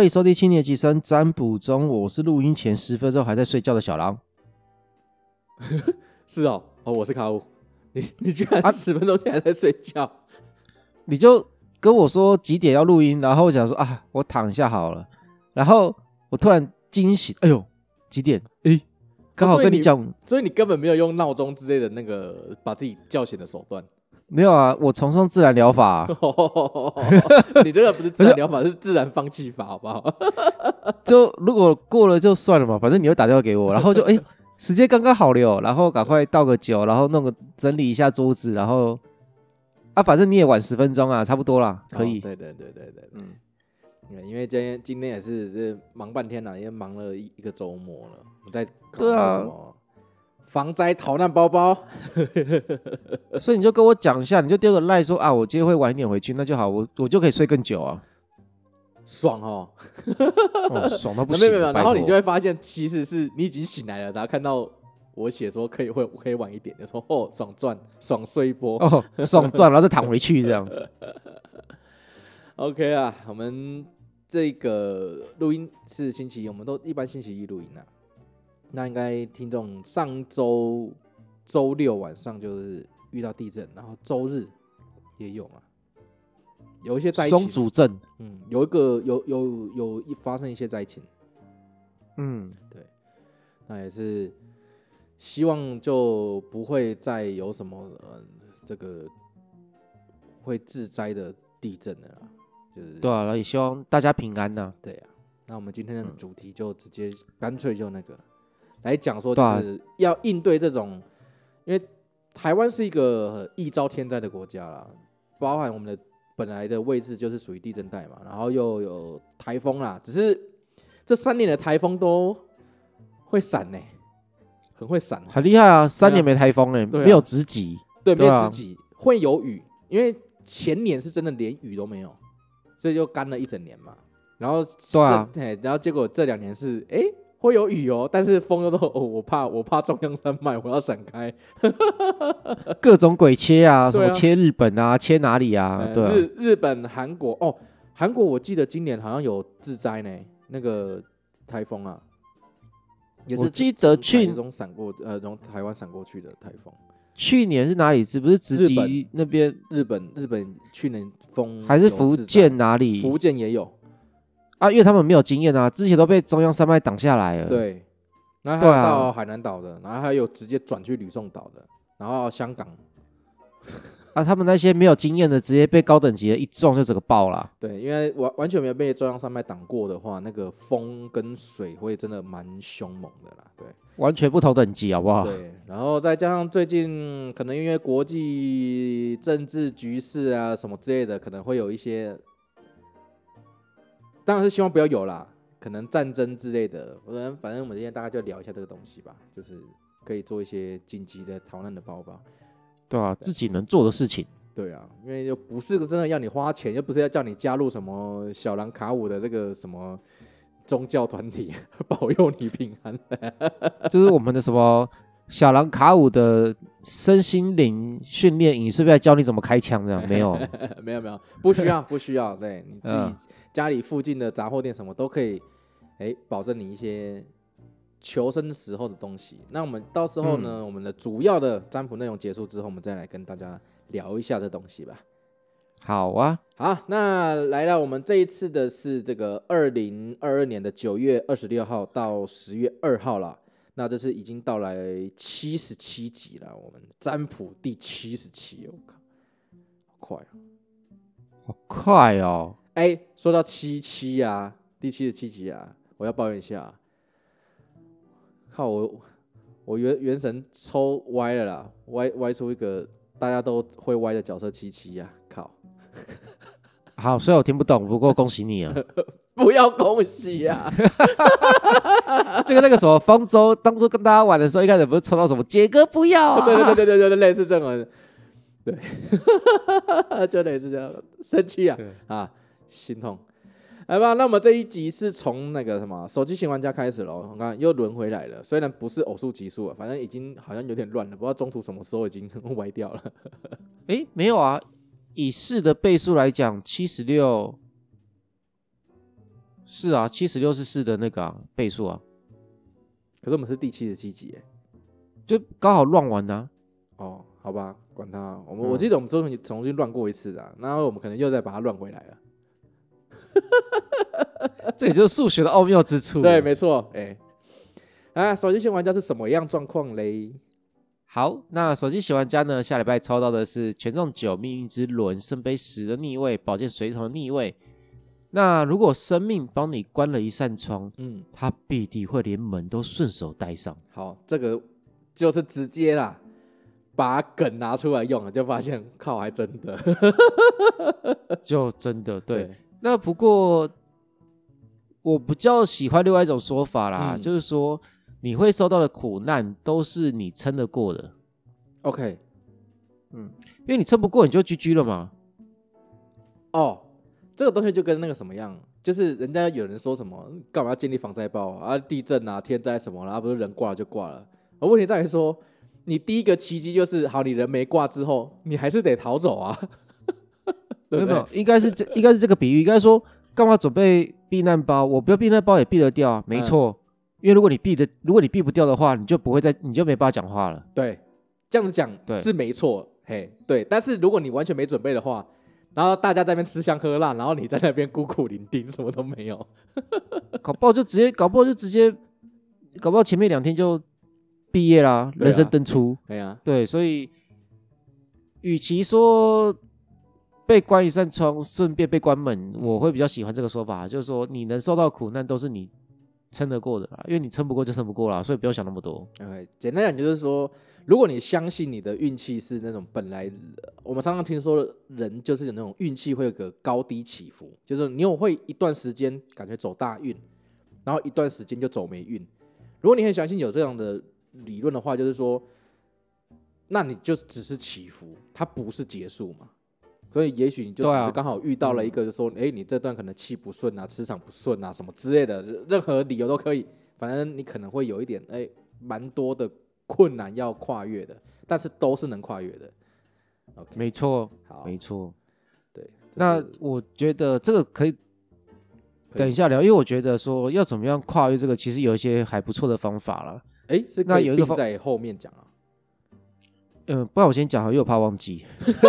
欢迎收听七年级生占卜中，我是录音前10分钟还在睡觉的小狼。 是哦，我是卡五。你居然10分钟前还在睡觉？ 你就跟我说几点要录音，然后我想说啊，我躺一下好了。然后我突然惊醒，哎呦，几点？刚好跟你讲， 所以你根本没有用闹钟之类的那个把自己叫醒的手段。 没有啊，我崇尚自然疗法、啊。 你这个不是自然疗法，是自然放弃法，好不好？ 就如果过了就算了嘛，反正你会打电话给我，然后就时间刚刚好了，然后赶快倒个酒，然后整理一下桌子，然后反正你也晚10分钟啊，差不多啦，可以。 对，因为今天也是忙半天了，因为忙了一个周末了，我在考虑什么防灾逃难包包。 所以你就跟我讲一下，你就丢个赖说啊，我今天会晚一点回去，那就好，我就可以睡更久啊。 爽哦， 爽到不行。 没有，然后你就会发现，其实是你已经醒来了，然后看到我写说可以晚一点，就说爽赚，爽睡一波， 爽赚，然后再躺回去这样。 OK 啊，我们这个录音是星期一，我们都一般星期一录音啊。那应该听众上周周六晚上就是遇到地震，然后周日也有嘛。有一些灾情， 松竹镇， 有一个有发生一些灾情，对，那也是希望就不会再有什么这个会致灾的地震了啦，就是对啊，也希望大家平安呐。 对啊，那我们今天的主题就直接干脆就那个来讲说，就是要应对这种，因为台湾是一个易遭天灾的国家啦，包含我们的本来的位置就是属于地震带嘛，然后又有台风啦，只是这3年的台风都会闪呢，很会闪， 很厉害啊！3年没台风没有直击， 对，没有直击，会有雨，因为前年是真的连雨都没有，所以就干了一整年嘛。然后然后结果这2年是会有雨哦，但是风又都我怕中央山脉，我要闪开， 各种鬼切啊，什么切日本啊，切哪里啊？对啊， 日本、韩国韩国我记得今年好像有致灾呢，那个台风啊，也是我记得从闪过从台湾闪过去的台风。 去年是哪里？是不是直击那边？ 日本去年风还是福建哪里？ 福建也有。 因为他们没有经验啊，之前都被中央山脉挡下来了。 对，然后还有到海南岛的，然后还有直接转去吕宋岛的，然后香港。 他们那些没有经验的，直接被高等级的一撞就整个爆了。 对，因为完全没有被中央山脉挡过的话，那个风跟水会真的蛮凶猛的啦。对， 完全不同等级，好不好？ 对，然后再加上最近可能因为国际政治局势啊什么之类的，可能会有一些。当然是希望不要有啦，可能战争之类的。反正我们今天大家就聊一下这个东西吧，就是可以做一些紧急的逃难的包吧。 对啊，自己能做的事情。 对啊，因为又不是真的要你花钱，又不是要叫你加入什么小狼卡五的这个什么宗教团体，保佑你平安。 就是我们的什么小狼卡五的身心灵训练营，是不是在教你怎么开枪？这样没有？ 没有，不需要。对，你自己家里附近的杂货店什么都可以，保证你一些求生时候的东西。那我们到时候呢，我们的主要的占卜内容结束之后，我们再来跟大家聊一下这东西吧。 好啊， 好，那来了，我们这一次的是这个2022年的9月26号到10月2号了。那这次已经到来77集了，我们占卜第77，我靠，好快啊！ 好快哦！ 说到77啊，第77集啊，我要抱怨一下，靠我原神抽歪了啦，歪出一个大家都会歪的角色77啊，靠！ 好，虽然我听不懂，不过恭喜你啊！ 不要恭喜啊！ 就跟那个什么方舟，当初跟大家玩的时候，一开始不是抽到什么杰哥不要啊？ 对，类似这种，对，就类似这样，生气啊，心痛。来吧，那我们这一集是从那个什么手机型玩家开始咯，我看又轮回来了，虽然不是偶数级数了，反正已经好像有点乱了，不知道中途什么时候已经歪掉了。 没有啊，以4的倍数来讲，76 是啊，76是4的那个倍数啊， 可是我们是第77集耶。 就刚好乱完啊。 哦，好吧，管他。我记得我们重新乱过一次啊，然后我们可能又再把它乱回来了。 这也就是数学的奥妙之处。 对，没错。手机型玩家是什么样状况嘞？ 好，那手机型玩家呢，下礼拜抽到的是权杖9、命运之轮、圣杯10的逆位、宝剑随从的逆位。那如果生命帮你关了一扇窗，他必定会连门都顺手带上。 好，这个就是直接啦，把梗拿出来用了，就发现靠，还真的， 就真的对。那不过我比较喜欢另外一种说法啦，就是说你会受到的苦难都是你撑得过的。 OK， 因为你撑不过你就 GG 了嘛。 哦，这个东西就跟那个什么样，就是人家有人说什么干嘛要建立防灾包啊，地震啊、天灾什么啦，不是人挂了就挂了。而问题在于说，你第一个奇迹就是好，你人没挂之后，你还是得逃走啊。对不对？ 没有，应该是这个比喻，应该说干嘛准备避难包？我不要避难包也避得掉啊，没错。因为如果你避不掉的话，你就没办法讲话了。 对，这样子讲是没错，嘿，对。但是如果你完全没准备的话，然后大家在那边吃香喝辣，然后你在那边孤苦伶仃，什么都没有， 搞不好就直接，搞不好前面2天就毕业啦，人生登出。对，所以与其说被关一扇窗，顺便被关门，我会比较喜欢这个说法，就是说你能受到苦难都是你撑得过的啦，因为你撑不过就撑不过啦，所以不要想那么多。 简单讲就是说，如果你相信你的运气是那种本来，我们常常听说人就是有那种运气会有个高低起伏，就是你会一段时间感觉走大运，然后一段时间就走霉运。如果你很相信有这样的理论的话，就是说，那你就只是起伏，它不是结束嘛。所以也许你就只是刚好遇到了一个，就说，你这段可能气不顺啊，磁场不顺啊，什么之类的，任何理由都可以。反正你可能会有一点，蛮多的困难要跨越的，但是都是能跨越的。Okay， 没错， 好， 没错。 对， 那我觉得这个可以等一下聊，因为我觉得说要怎么样跨越这个，其实有一些还不错的方法啦。 是可以并在后面讲啊。 不然我先讲好，因为我怕忘记。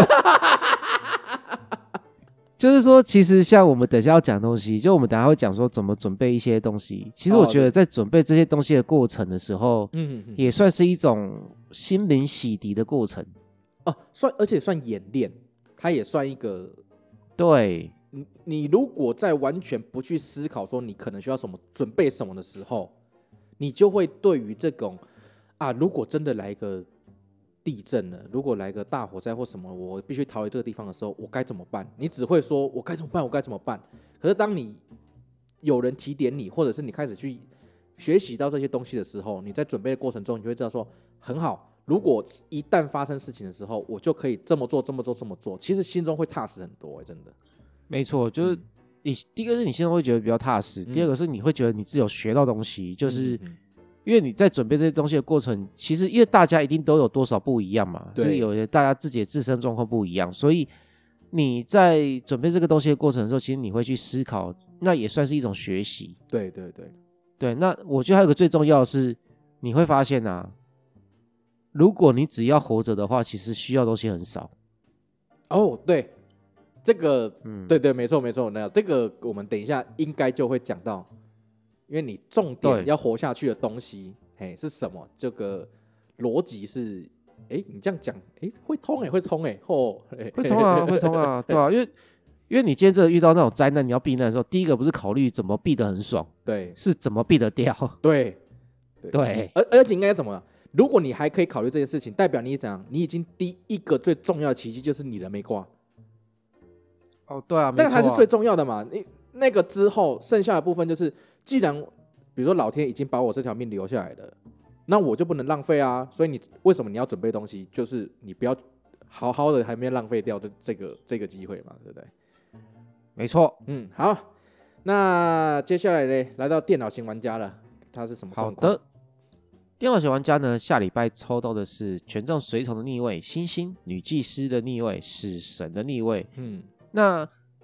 就是说，其实像我们等一下要讲的东西，就我们等一下会讲说怎么准备一些东西。其实我觉得在准备这些东西的过程的时候，也算是一种心灵洗涤的过程。 而且算演练，它也算一个。 对， 你如果在完全不去思考说你可能需要什么准备什么的时候，你就会对于这种如果真的来一个地震了，如果来个大火灾或什么，我必须逃离这个地方的时候，我该怎么办？你只会说我该怎么办，我该怎么办？可是当你有人提点你，或者是你开始去学习到这些东西的时候，你在准备的过程中，你就会知道说很好，如果一旦发生事情的时候，我就可以这么做，这么做，这么做。其实心中会踏实很多，真的。 没错，就是第一个是你心中会觉得比较踏实，第二个是你会觉得你自己有学到东西，就是因为你在准备这些东西的过程，其实因为大家一定都有多少不一样嘛，就是有些大家自己的自身状况不一样，所以你在准备这个东西的过程的时候，其实你会去思考，那也算是一种学习。对，那我觉得还有个最重要的是，你会发现如果你只要活着的话，其实需要的东西很少。 对，这个，对，没错，那这个我们等一下应该就会讲到。因为你重点要活下去的东西，是什么？这个逻辑是，你这样讲，会通会通会通啊，对啊，因为你今天真的遇到那种灾难，你要避难的时候，第一个不是考虑怎么避得很爽， 对， 是怎么避得掉， 对，而且应该怎么？如果你还可以考虑这件事情，代表你怎样？你已经第一个最重要的奇迹就是你人没挂。 对啊， 那才是最重要的嘛。你那个之后剩下的部分就是。既然比如说老天已经把我这条命留下来了，那我就不能浪费啊。所以为什么你要准备东西？就是你不要好好的还没浪费掉这个机会嘛，对不对？ 没错。 好，那接下来呢，来到电脑型玩家了，他是什么状况？ 好的，电脑型玩家呢，下礼拜抽到的是权杖随从的逆位、星星、女祭司的逆位、死神的逆位。那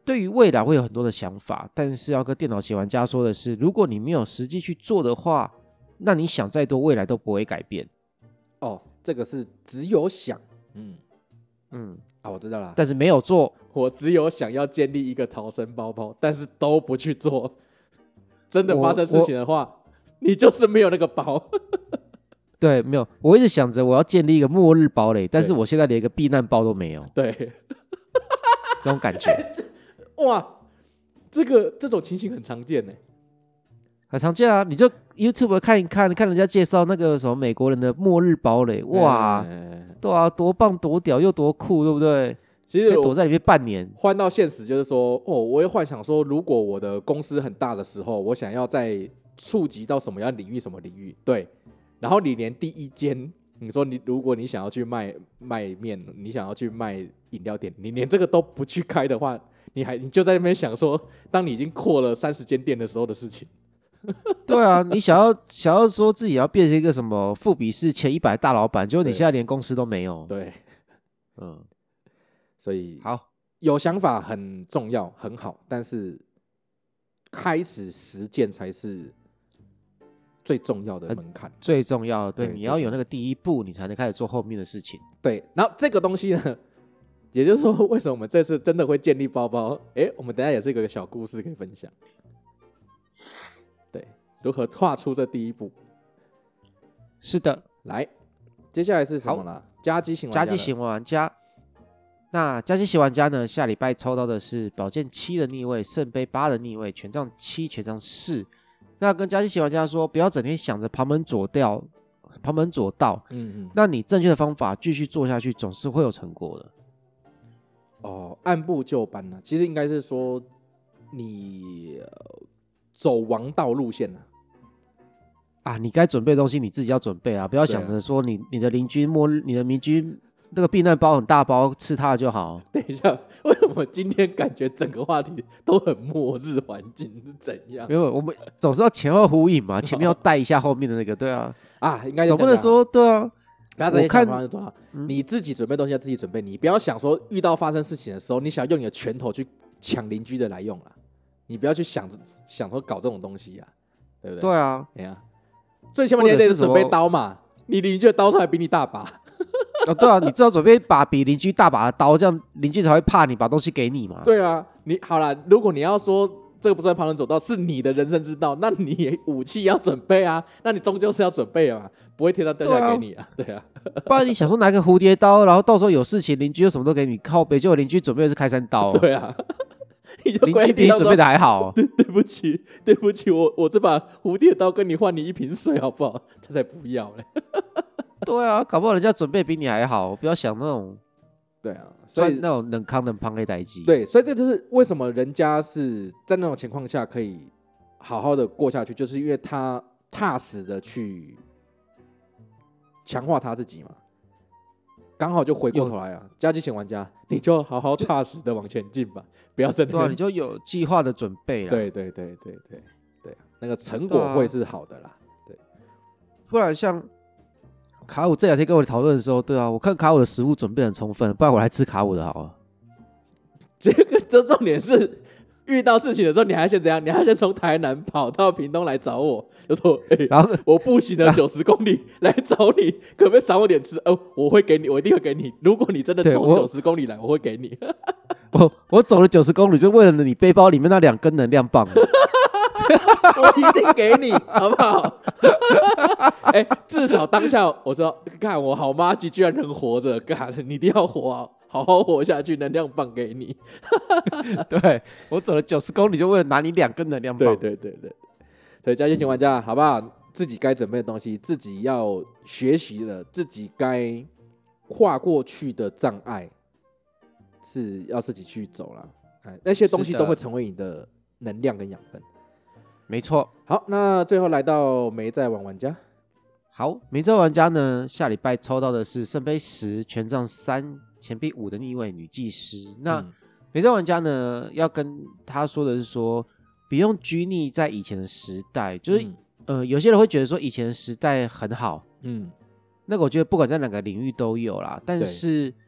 对于未来会有很多的想法，但是要跟电脑棋玩家说的是，如果你没有实际去做的话，那你想再多，未来都不会改变。 哦，这个是只有想，我知道了， 但是没有做。 我只有想要建立一个逃生包包，但是都不去做。真的发生事情的话，你就是没有那个包。 对，没有。我一直想着我要建立一个末日堡垒，但是我现在连一个避难包都没有。 对， 这种感觉， 哇，这种情形很常见呢， 很常见啊。你就 YouTube 看一看，看人家介绍那个什么美国人的末日堡垒，哇，对啊，多棒多屌又多酷，对不对？ 其实可以躲在里面半年。 换到现实就是说，我会幻想说，如果我的公司很大的时候，我想要再触及到什么样领域，什么领域，对。然后你连第一间，你说如果你想要去卖面，你想要去卖饮料店，你连这个都不去开的话，你就在那边想说，当你已经扩了30间店的时候的事情。 对啊，你想要说自己要变成一个什么富比士前100大老板，结果你现在连公司都没有。 对，所以好， 有想法很重要，很好，但是开始实践才是最重要的门槛， 最重要的。对， 对你要有那个第一步，你才能开始做后面的事情。 对，然后这个东西呢，也就是说，为什么我们这次真的会建立包包？我们等一下也是一个小故事可以分享。对，如何跨出这第一步？ 是的， 来，接下来是什么了？加基型玩家。那加基型玩家呢？下礼拜抽到的是宝剑7的逆位，圣杯8的逆位，权杖7，权杖4。那跟加基型玩家说，不要整天想着旁门左道。那你正确的方法继续做下去，总是会有成果的。 按部就班呢，其实应该是说你走王道路线啊，你该准备的东西你自己要准备啊，不要想着说你的邻居那个避难包很大包，吃它就好。 等一下，为什么今天感觉整个话题都很末日环境是怎样？ 因为我们总是要前后呼应嘛，前面要带一下后面的那个，对啊， 应该总不能说对啊。 我看你自己准备东西要自己准备，你不要想说遇到发生事情的时候，你想用你的拳头去抢邻居的来用啦，你不要去想说搞这种东西对不对？ 对啊， 最起码你也得准备刀嘛，你邻居的刀出来比你大把。 对啊，你至少准备一把比邻居大把的刀，这样邻居才会怕你把东西给你嘛。 对啊，你好啦，如果你要说这个不算旁人走道，是你的人生之道，那你武器要准备啊，那你终究是要准备嘛，不会天上掉下来给你对啊。 不然你想说拿个蝴蝶刀，然后到时候有事情，邻居又什么都给你，靠北就有邻居准备的是开山刀。 对啊， 邻居比你准备的还好。 对不起，我这把蝴蝶刀跟你换你一瓶水好不好？他才不要嘞。 对啊，搞不好人家准备比你还好，不要想那种。 对啊，所以那种冷康冷胖的代际。 对，所以这就是为什么人家是在那种情况下可以好好的过下去，就是因为他踏实的去强化他自己嘛。刚好就回过头来加基型玩家，你就好好踏实的往前进吧，不要在那边。 对啊，你就有计划的准备了。 对，那个成果会是好的啦。对， 不然像卡五这两天跟我讨论的时候，对啊，我看卡五的食物准备很充分，不然我来吃卡五的好了。 这重点是遇到事情的时候，你还先怎样？你还先从台南跑到屏东来找我，就说：“然后我步行了90公里来找你，可不可以赏我点吃？我会给你，我一定会给你。如果你真的走90公里来，我会给你。 我走了90公里，就为了你背包里面那2根能量棒。” 我一定给你，好不好？至少当下我说，看我好妈吉居然能活着，干你一定要活好好活下去，能量棒给你。 对，我走了90公里，就为了拿你2根能量棒。 对，加基型玩家，好不好？自己该准备的东西，自己要学习的，自己该跨过去的障碍，是要自己去走了。那些东西都会成为你的能量跟养分。 没错。 好，那最后来到没在玩玩家。 好，没在玩玩家呢，下礼拜抽到的是圣杯10、权杖3、钱币5的逆位女祭司。那没在玩家呢，要跟他说的是说，不用拘泥在以前的时代，就是有些人会觉得说以前的时代很好，那个我觉得不管在哪个领域都有啦，但是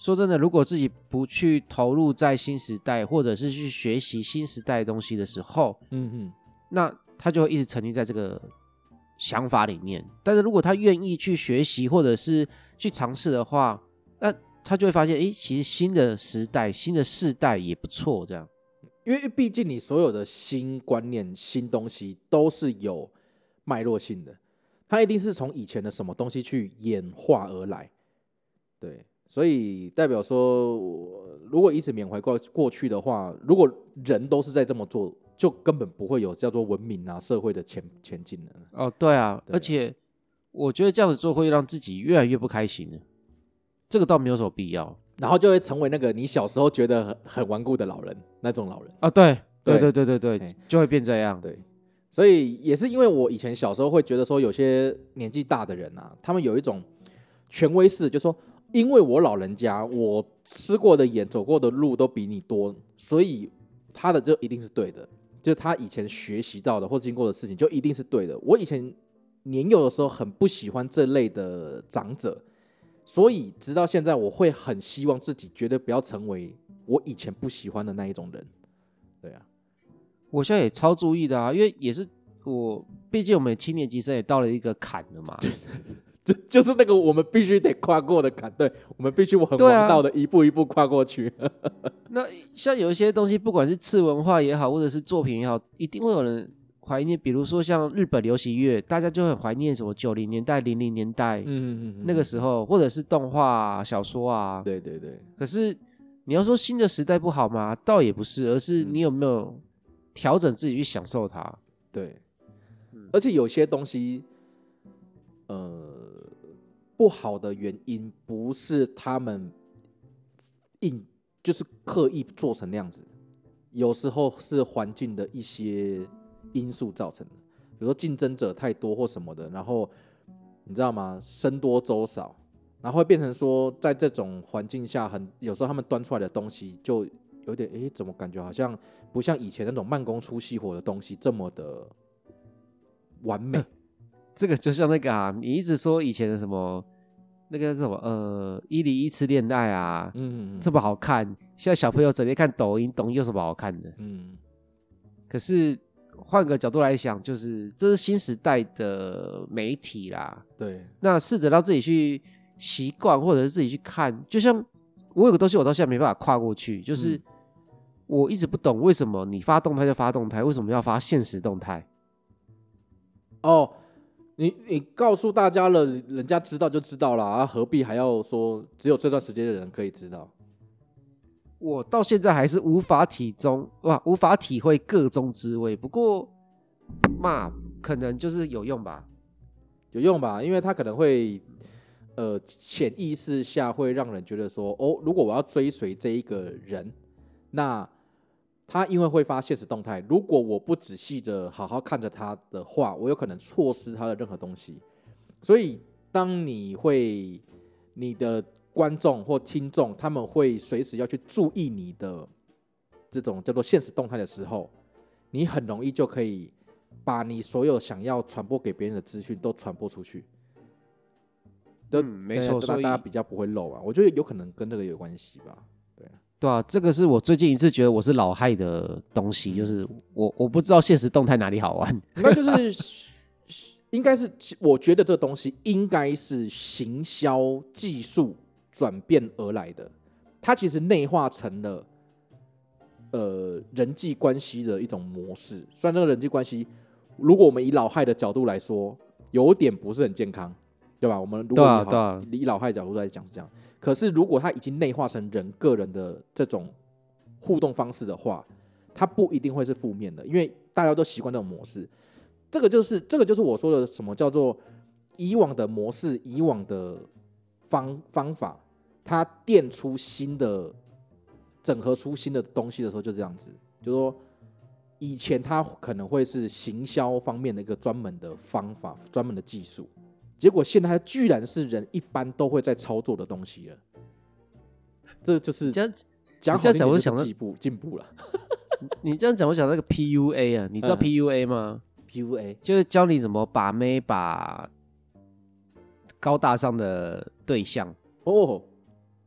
说真的，如果自己不去投入在新时代，或者是去学习新时代的东西的时候，那他就会一直沉溺在这个想法里面。但是如果他愿意去学习，或者是去尝试的话，那他就会发现，其实新的时代、新的世代也不错，这样。 因为毕竟你所有的新观念、新东西都是有脉络性的，它一定是从以前的什么东西去演化而来，对。所以代表说，如果一直缅怀过去的话，如果人都是在这么做，就根本不会有叫做文明啊社会的前进了。 哦，对啊，而且我觉得这样子做会让自己越来越不开心了，这个倒没有什么必要。 然后就会成为那个你小时候觉得很顽固的老人那种老人啊，对，就会变这样。 对，所以也是因为我以前小时候会觉得说，有些年纪大的人啊，他们有一种权威式，就说。因为我老人家，我吃过的盐、走过的路都比你多，所以他的就一定是对的，就是他以前学习到的或经过的事情就一定是对的。我以前年幼的时候很不喜欢这类的长者，所以直到现在，我会很希望自己绝对不要成为我以前不喜欢的那一种人。对啊， 我现在也超注意的啊，因为也是毕竟我们7年级生也到了一个坎了嘛。 就是那个我们必须得跨过的坎，对，我们必须很王道的一步一步跨过去。 那像有一些东西，不管是次文化也好，或者是作品也好，一定会有人怀念。比如说像日本流行乐，大家就很怀念什么90年代、00年代，那个时候，或者是动画啊、小说啊。 对对对。 可是你要说新的时代不好吗？倒也不是，而是你有没有调整自己去享受它。 对，而且有些东西，不好的原因不是他们就是刻意做成那样子，有时候是环境的一些因素造成的，比如说竞争者太多或什么的，然后你知道吗？僧多粥少，然后会变成说，在这种环境下，有时候他们端出来的东西就有点，怎么感觉好像不像以前那种慢工出细活的东西这么的完美。 这个就像那个啊，你一直说以前的什么那个是什么101次恋爱啊，这么好看，现在小朋友整天看抖音有什么好看的？可是换个角度来想，就是这是新时代的媒体啦， 对， 那试着让自己去习惯，或者是自己去看。就像我有个东西，我到现在没办法跨过去，就是我一直不懂为什么你发动态就发动态，为什么要发限时动态？ 哦。你告诉大家了，人家知道就知道了，何必还要说只有这段时间的人可以知道？ 我到现在还是无法体会个中滋味。不过嘛，可能就是有用吧， 因为他可能会潜意识下会让人觉得说，如果我要追随这一个人，那他因为会发现实动态，如果我不仔细的好好看着他的话，我有可能错失他的任何东西。所以当你的观众或听众他们会随时要去注意你的这种叫做现实动态的时候，你很容易就可以把你所有想要传播给别人的资讯都传播出去。 没错，所以大家比较不会漏啊，我觉得有可能跟这个有关系吧。 对啊，这个是我最近一次觉得我是老害的东西，就是我不知道现实动态哪里好玩， 应该是我觉得这东西应该是行销技术转变而来的，它其实内化成了人际关系的一种模式。虽然这个人际关系，如果我们以老害的角度来说，有点不是很健康，对吧？我们如果以老害角度来讲是这样。可是，如果它已经内化成个人的这种互动方式的话，它不一定会是负面的，因为大家都习惯这种模式。这个就是我说的什么叫做以往的模式、以往的方法，它垫出新的、整合出新的东西的时候，就这样子。就是说，以前它可能会是行销方面的一个专门的方法、专门的技术。结果现在它居然是人一般都会在操作的东西了，这就是讲好听点就是进步了。 你这样讲，我想那个 PUA 啊，你知道 PUA 吗 ？PUA 就是教你怎么把妹把高大上的对象。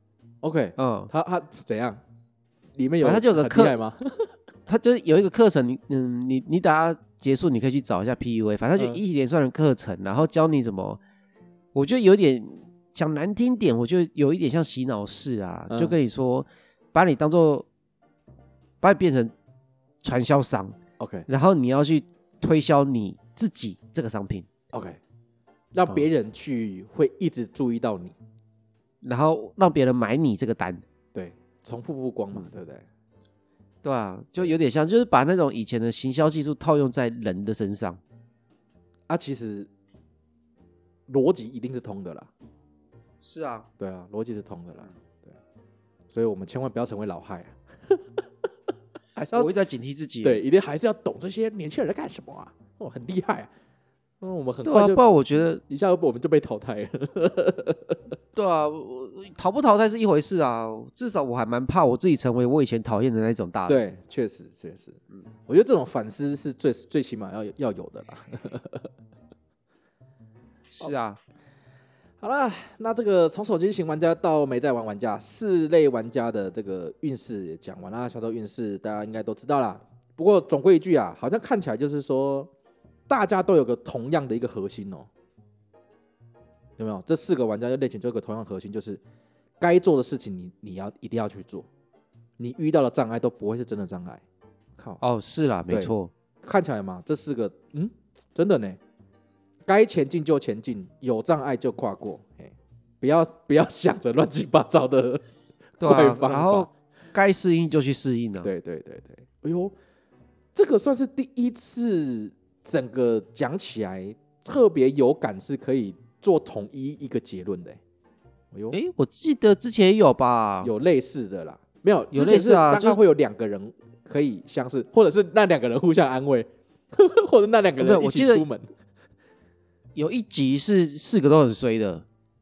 OK， 嗯， 他怎样？里面有它就有个很厉害吗？ 它就是有一个课程，你等下结束你可以去找一下 PUA，反正它就一连串的课程，然后教你怎么，我觉得有点讲难听点，我觉得有一点像洗脑式啊，就跟你说，把你变成传销商 OK， 然后你要去推销你自己这个商品 OK， 让别人去会一直注意到你， 然后让别人买你这个单， 对，重复曝光嘛，对不对？ 对啊，就有点像，就是把那种以前的行销技术套用在人的身上。 啊，其实逻辑一定是通的啦。 是啊， 对啊，逻辑是通的啦。对，所以我们千万不要成为老害啊。还是要我一直在警惕自己。 对，一定还是要懂这些年轻人在干什么啊！哦，很厉害啊。我们很对啊， 快就， 不然我觉得， 一下我们就被淘汰了。 对啊，淘不淘汰是一回事啊，至少我还蛮怕我自己成为我以前讨厌的那种大人。 对，确实，我觉得这种反思是最起码要有的啦。 是啊， 好了，那这个从手机型玩家到没在玩玩家4类玩家的这个运势也讲完啦，小周运势大家应该都知道啦。不过总归一句啊，好像看起来就是说，大家都有个同样的一个核心哦，有没有？这4个玩家的类型就有个同样核心，就是该做的事情你一定要去做，你遇到的障碍都不会是真的障碍。靠， 哦，是啦，没错， 看起来嘛，这4个，真的呢。该前进就前进，有障碍就跨过，不要想着乱七八糟的怪方法， 然后该适应就去适应了。 对，哎呦，这个算是第一次整个讲起来特别有感，是可以做统一一个结论的。哎呦， 我记得之前也有吧， 有类似的啦，没有有类似啊， 大概会有2个人可以相似，或者是那2个人互相安慰，或者那2个人一起出门。 有一集是4个都很衰的，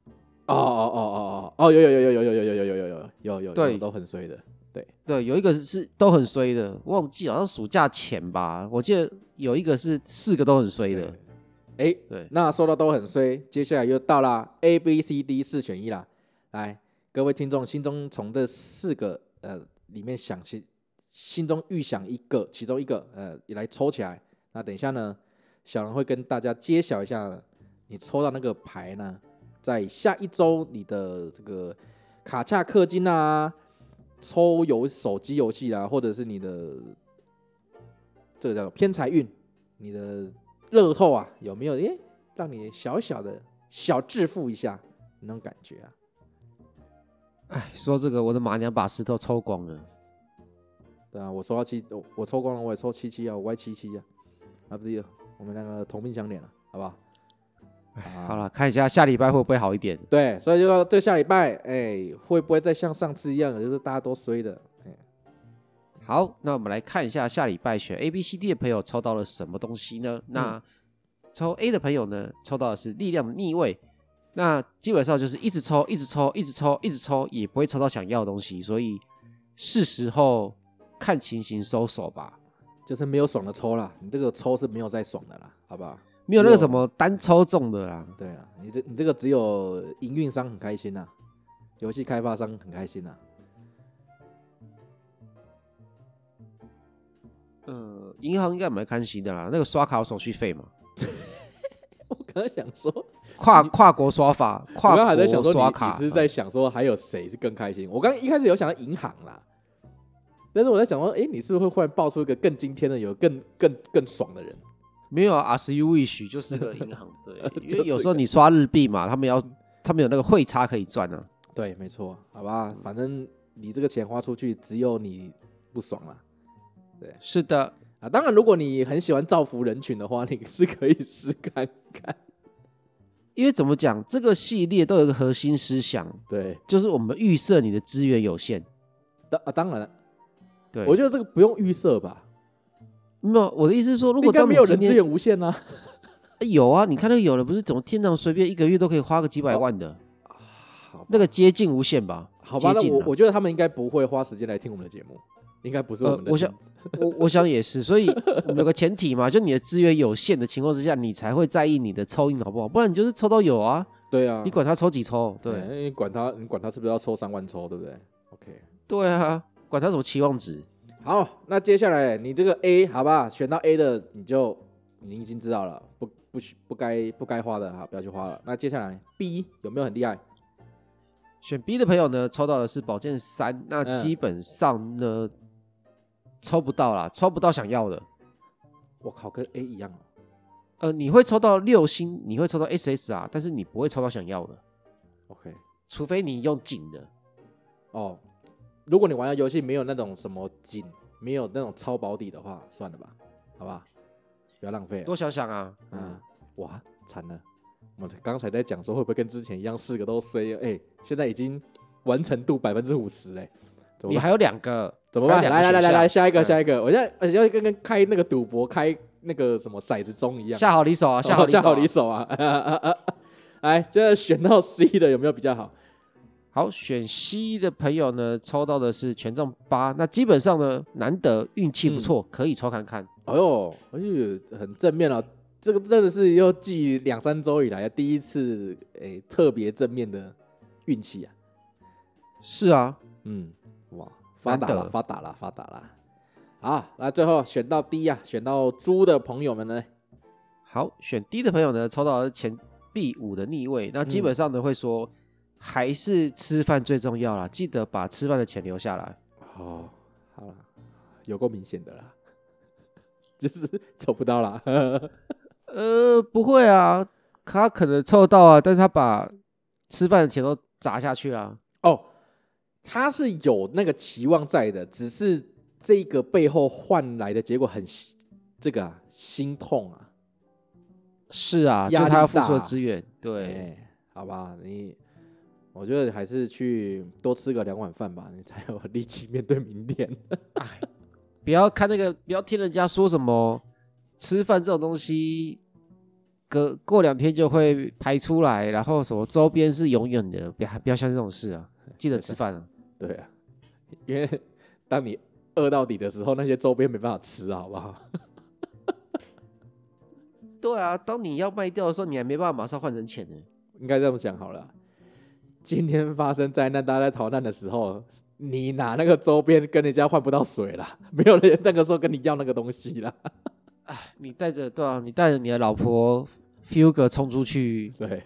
有， 对， 都很衰的， 对，有一个是都很衰的，忘记好像暑假前吧，我记得有一个是4个都很衰的。 对，那说到都很衰，接下来又到了 A、B、C、D 4选1啦。来，各位听众心中从这4个里面心中预想其中一个也来抽起来。那等一下呢，小人会跟大家揭晓一下，你抽到那个牌呢，在下一周你的这个卡恰氪金啊，抽手机游戏啊，或者是你的这个叫偏财运，你的乐透啊，有没有让你小小的小致富一下那种感觉啊？ 哎，说这个，我的马娘把石头抽光了。 对啊，我抽到我抽光了，我也抽77啊，我歪77啊，啊不是。我们2个同病相怜了，好不好？ 好了，看一下下礼拜会不会好一点。 对，所以就说这下礼拜，会不会再像上次一样，就是大家都衰的？ 好，那我们来看一下下礼拜选 A、B、C、D 的朋友抽到了什么东西呢？那抽 A 的朋友呢，抽到的是力量的逆位。那基本上就是一直抽，一直抽，一直抽，一直抽，也不会抽到想要的东西，所以是时候看情形收手吧。 就是没有爽的抽啦，你这个抽是没有再爽的啦，好不好？ 没有那个什么单抽中的啦。 对啦，你这个只有营运商很开心啦，游戏开发商很开心啦。 银行应该蛮开心的啦，那个刷卡有手续费嘛。 我刚才想说跨国刷法，跨国还在想说刷卡， 你是在想说还有谁是更开心？我刚一开始有想到银行啦。但是我在想说，你是不是会忽然爆出一个更惊天的、有更爽的人？ 没有啊 ，As you wish 就是个银行，对，因为有时候你刷日币嘛，他们有那个汇差可以赚啊。 对，没错，好吧，反正你这个钱花出去，只有你不爽啦。对， 是的啊，当然，如果你很喜欢造福人群的话，你是可以试看看。 因为怎么讲，这个系列都有一个核心思想， 对， 就是我们预设你的资源有限。 当然。 对， 我觉得这个不用预设吧。 没有，我的意思是说，如果应该没有人资源无限啊。 有啊，你看那个有的不是怎么天堂随便1个月都可以花个几百万的，那个接近无限吧？ 好吧，那我觉得他们应该不会花时间来听我们的节目。 应该不是我们的。 我想也是，所以我们有个前提嘛，就你的资源有限的情况之下，你才会在意你的抽印好不好？不然你就是抽到有啊。 对啊， 你管他抽几抽，对， 你管他是不是要抽3万抽，对不对 ？OK， 对啊，管他什么期望值。 好，那接下来你这个 A 好吧，选到 A 的你已经知道了，不该花的哈，不要去花了。那接下来 B 有没有很厉害？ 选 B 的朋友呢，抽到的是宝剑3，那基本上呢，抽不到啦，抽不到想要的。 我靠，跟 A 一样你会抽到6星，你会抽到 SSR， 但是你不会抽到想要的。 OK， 除非你用紧的。 哦，如果你玩的游戏没有那种什么紧，没有那种超保底的话，算了吧，好吧，不要浪费了。 多想想啊， 哇，惨了。我们刚才在讲说会不会跟之前一样4个都衰，现在已经完成度50%嘞， 你还有2个， 怎么办？来，下一个，我现在要跟开那个赌博开那个什么骰子钟一样， 下好离手啊，下好离手啊！来，现在选到 C 的有没有比较好？ 好，选 C 的朋友呢，抽到的是权杖8，那基本上呢，难得运气不错，可以抽看看。 哎呦，很正面了。这个真的是又继2-3周以来第一次特别正面的运气啊！ 是啊， 哇，发达了！好，那最后选到 D 啊，选到猪的朋友们呢？ 好，选 D 的朋友呢，抽到的是钱币5的逆位，那基本上呢会说，还是吃饭最重要啦，记得把吃饭的钱留下来。 哦，好了，有够明显的啦，就是抽不到啦。 不会啊，他可能抽到啊，但是他把吃饭的钱都砸下去了。 哦，他是有那个期望在的，只是这个背后换来的结果很心痛啊。 是啊，就他要付出的资源，对， 好吧，我觉得还是去多吃个2碗饭吧，你才有力气面对明天。 不要听人家说什么吃饭这种东西，过2天就会排出来，然后什么周边是永远的，不要相信这种事啊！记得吃饭啊。 对啊，因为当你饿到底的时候，那些周边没办法吃，好不好？ 对啊，当你要卖掉的时候，你还没办法马上换成钱呢。 应该这么讲好了。今天发生灾难，大家在逃难的时候，你拿那个周边跟人家换不到水啦，没有人那个时候跟你要那个东西啦。 你带着你的老婆 feel 哥冲出去， 对，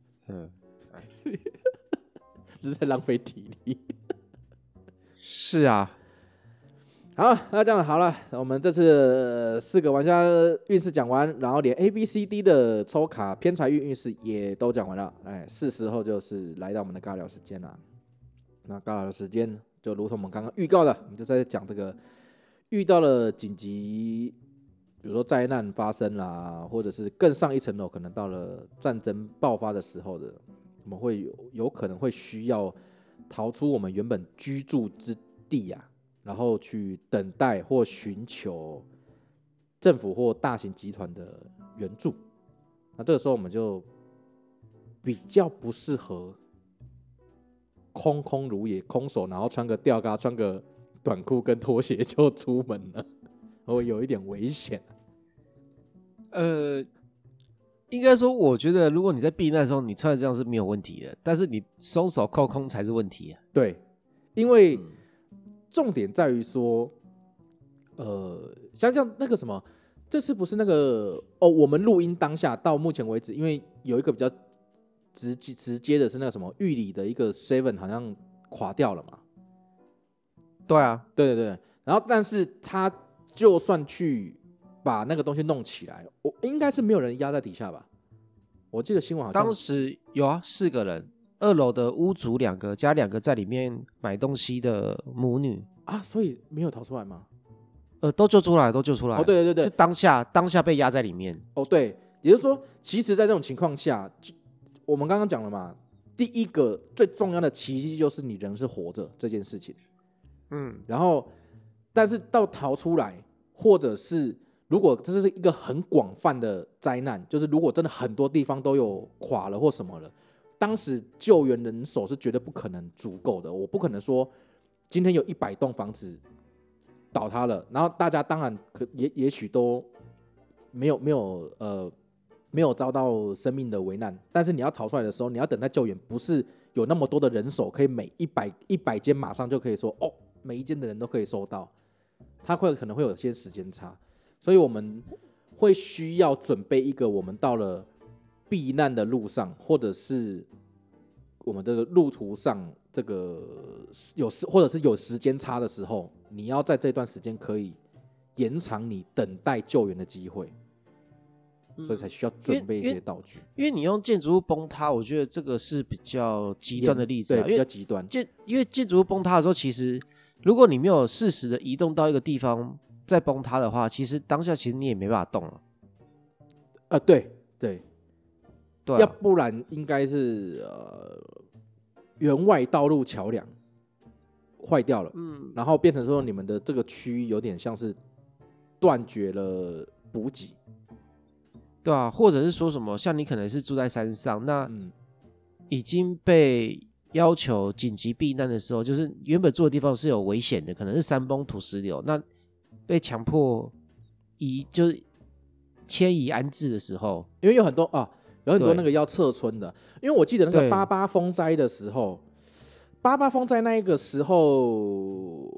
只是在浪费体力。 是啊。 好，那这样好了，我们这次4个玩家运势讲完，然后连 A、B、C、D 的抽卡偏财运运势也都讲完了。是时候就是来到我们的尬聊时间了。那尬聊时间就如同我们刚刚预告的，我们就在讲这个遇到了紧急，比如说灾难发生啦，或者是更上一层楼，可能到了战争爆发的时候的，我们会有可能会需要逃出我们原本居住之地啊。然后去等待或寻求政府或大型集团的援助，那这个时候我们就比较不适合空如也，空手，然后穿个吊嘎、穿个短裤跟拖鞋就出门了，会有一点危险。 应该说，我觉得如果你在避难的时候你穿这样是没有问题的，但是你松手扣空才是问题啊。 对，因为重点在于说，像那个什么，这次不是那个我们录音当下到目前为止，因为有一个比较直接的是那个什么玉里的一个 Seven 好像垮掉了嘛。 对啊， 对，然后但是他就算去把那个东西弄起来，应该是没有人压在底下吧？我记得新闻好像当时有啊，4个人。2楼的屋主2个加2个在里面买东西的母女啊，所以没有逃出来吗？ 都救出来。哦， 对， 是当下被压在里面。 哦，对，也就是说，其实，在这种情况下，我们刚刚讲了嘛，第一个最重要的奇迹就是你人是活着这件事情。然后，但是到逃出来，或者是如果这是一个很广泛的灾难，就是如果真的很多地方都有垮了或什么了。当时救援人手是绝对不可能足够的，我不可能说今天有100栋房子倒塌了，然后大家当然也许都没有遭到生命的危难，但是你要逃出来的时候，你要等待救援，不是有那么多的人手可以每100间马上就可以说哦，每一间的人都可以收到，它可能会有些时间差，所以我们会需要准备一个我们到了避难的路上，或者是我们这个路途上这个或者是有时间差的时候，你要在这段时间可以延长你等待救援的机会。所以才需要准备一些道具， 因为你用建筑物崩塌，我觉得这个是比较极端的例子， 对，比较极端。 因为建筑物崩塌的时候，其实如果你没有适时的移动到一个地方再崩塌的话，其实当下其实你也没办法动了。 对， 对啊， 要不然应该是员外道路桥梁坏掉了，然后变成说你们的这个区域有点像是断绝了补给。 对啊，或者是说什么，像你可能是住在山上，那已经被要求紧急避难的时候，就是原本住的地方是有危险的，可能是山崩土石流，那被强迫就是迁移安置的时候， 因为有很多那个要撤村的，因为我记得那个88风灾的时候，88风灾那一个时候。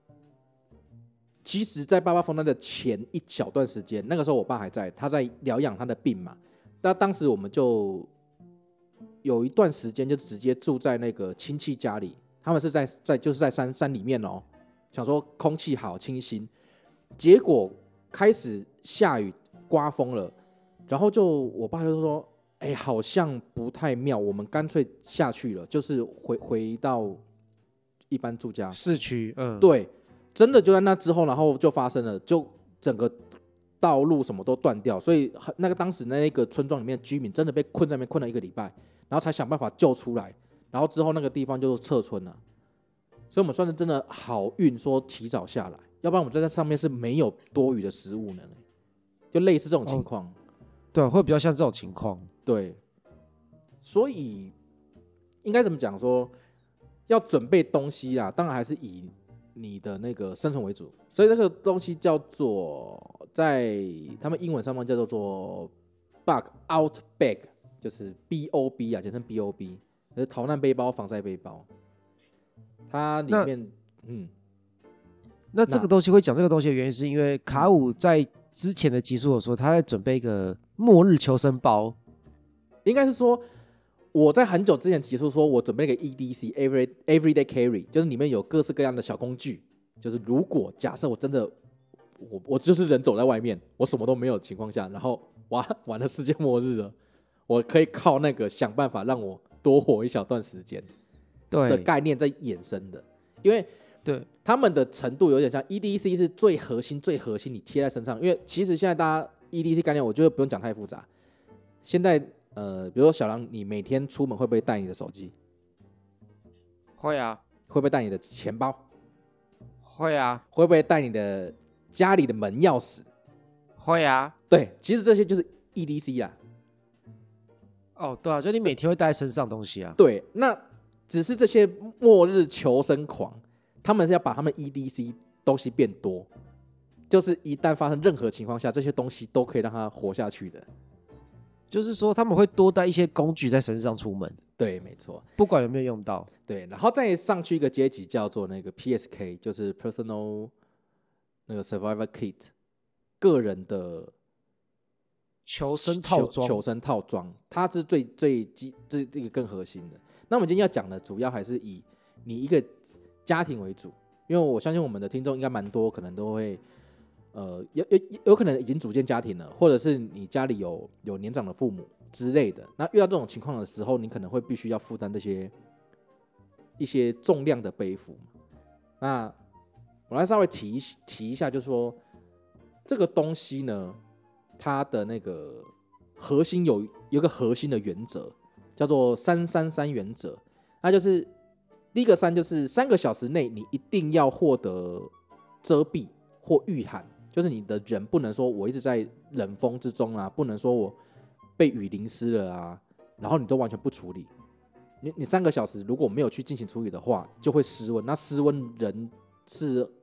其实，在88风灾的前一小段时间，那个时候我爸还在，他在疗养他的病嘛。那当时我们就有一段时间就直接住在那个亲戚家里，他们是就是在山里面哦，想说空气好清新。结果开始下雨刮风了，然后我爸就说：“哎，好像不太妙，我们干脆下去了，就是回到一般住家市区。” 对。真的就在那之后，然后就发生了，就整个道路什么都断掉，所以那个当时那个村庄里面的居民真的被困在那边困了1个礼拜，然后才想办法救出来，然后之后那个地方就撤村了，所以我们算是真的好运，说提早下来，要不然我们在上面是没有多余的食物呢，就类似这种情况。 对，会比较像这种情况。 对，所以应该怎么讲说，要准备东西啦，当然还是以你的那个生存为主，所以那个东西叫做在他们英文上面叫做 bug out bag， 就是 BOB 啊，简称 BOB， 就是逃难背包、防晒背包。它里面那这个东西会讲这个东西的原因，是因为卡五在之前的集数有说他在准备一个末日求生包， 应该是说。我在很久之前提出说，我准备一个 EDC Everyday Carry， 就是里面有各式各样的小工具，就是如果假设我真的我就是人走在外面，我什么都没有的情况下，然后完了世界末日了，我可以靠那个想办法让我多活一小段时间的概念在衍生的，因为对他们的程度有点像 EDC 是最核心你贴在身上，因为其实现在大家 EDC 概念我觉得不用讲太复杂，现在比如说小狼，你每天出门会不会带你的手机？ 会啊。 会不会带你的钱包？ 会啊。 会不会带你的家里的门钥匙？ 会啊。 对，其实这些就是 EDC 啦。 对啊，就你每天会带在身上的东西啊。 对，那只是这些末日求生狂，他们是要把他们 EDC 东西变多，就是一旦发生任何情况下，这些东西都可以让他活下去的。 就是说他们会多带一些工具在身上出门， 对，没错， 不管有没有用到。 对，然后再上去一个阶级叫做那个 PSK， 就是 Personal 那个 Survivor Kit， 个人的求生套装， 它是这个更核心的。那我们今天要讲的主要还是以你一个家庭为主，因为我相信我们的听众应该蛮多，可能都会。有可能已经组建家庭了，或者是你家里有年长的父母之类的。那遇到这种情况的时候，你可能会必须要负担一些重量的背负。那我来稍微提一下，就是说这个东西呢，它的那个核心有个核心的原则，叫做333原则。那就是第一个3，就是3个小时内你一定要获得遮蔽或御寒。就是你的人不能说我一直在冷风之中啊，不能说我被雨淋湿了啊，然后你都完全不处理。你3个小时如果没有去进行处理的话，就会失温。那失温人是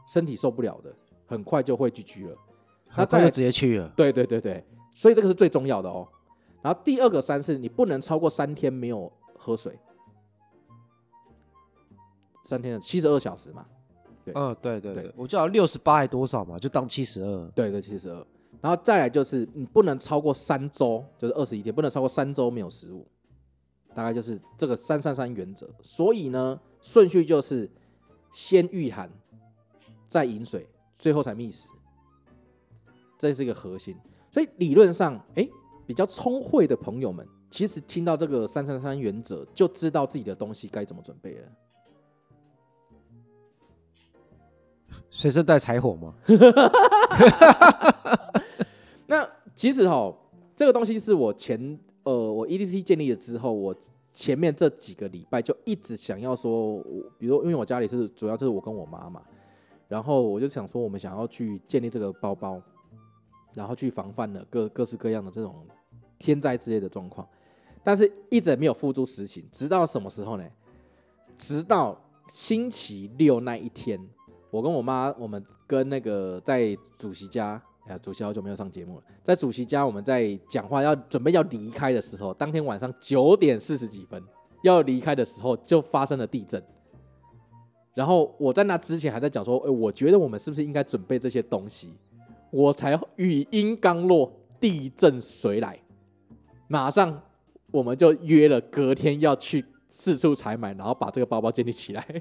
身体受不了的，很快就会 GG 了。 很快就直接去了。 对对对对，所以这个是最重要的哦。然后第二个3是你不能超过3天没有喝水，3天的72小时嘛。对， 对对对，我记得68还多少嘛，就当72。 对对，72。然后再来就是你不能超过3周，就是21天，不能超过3周没有食物，大概就是这个333原则。所以呢，顺序就是先御寒，再饮水，最后才觅食，这是一个核心。所以理论上，比较聪慧的朋友们，其实听到这个333原则，就知道自己的东西该怎么准备了。 随身带柴火吗？ 那其实这个东西是我我 EDC 建立了之后，我前面这几个礼拜就一直想要说，比如因为我家里是主要就是我跟我妈嘛，然后我就想说，我们想要去建立这个包包，然后去防范了各式各样的这种天灾之类的状况，但是一直没有付诸实行，直到什么时候呢？直到星期六那一天。我跟我妈，我们跟那个在主席家，主席好久没有上节目了，在主席家我们在讲话准备要离开的时候，当天晚上9点40几分要离开的时候，就发生了地震。然后我在那之前还在讲说，我觉得我们是不是应该准备这些东西？我才语音刚落，地震水来，马上我们就约了隔天要去四处采买，然后把这个包包建立起来。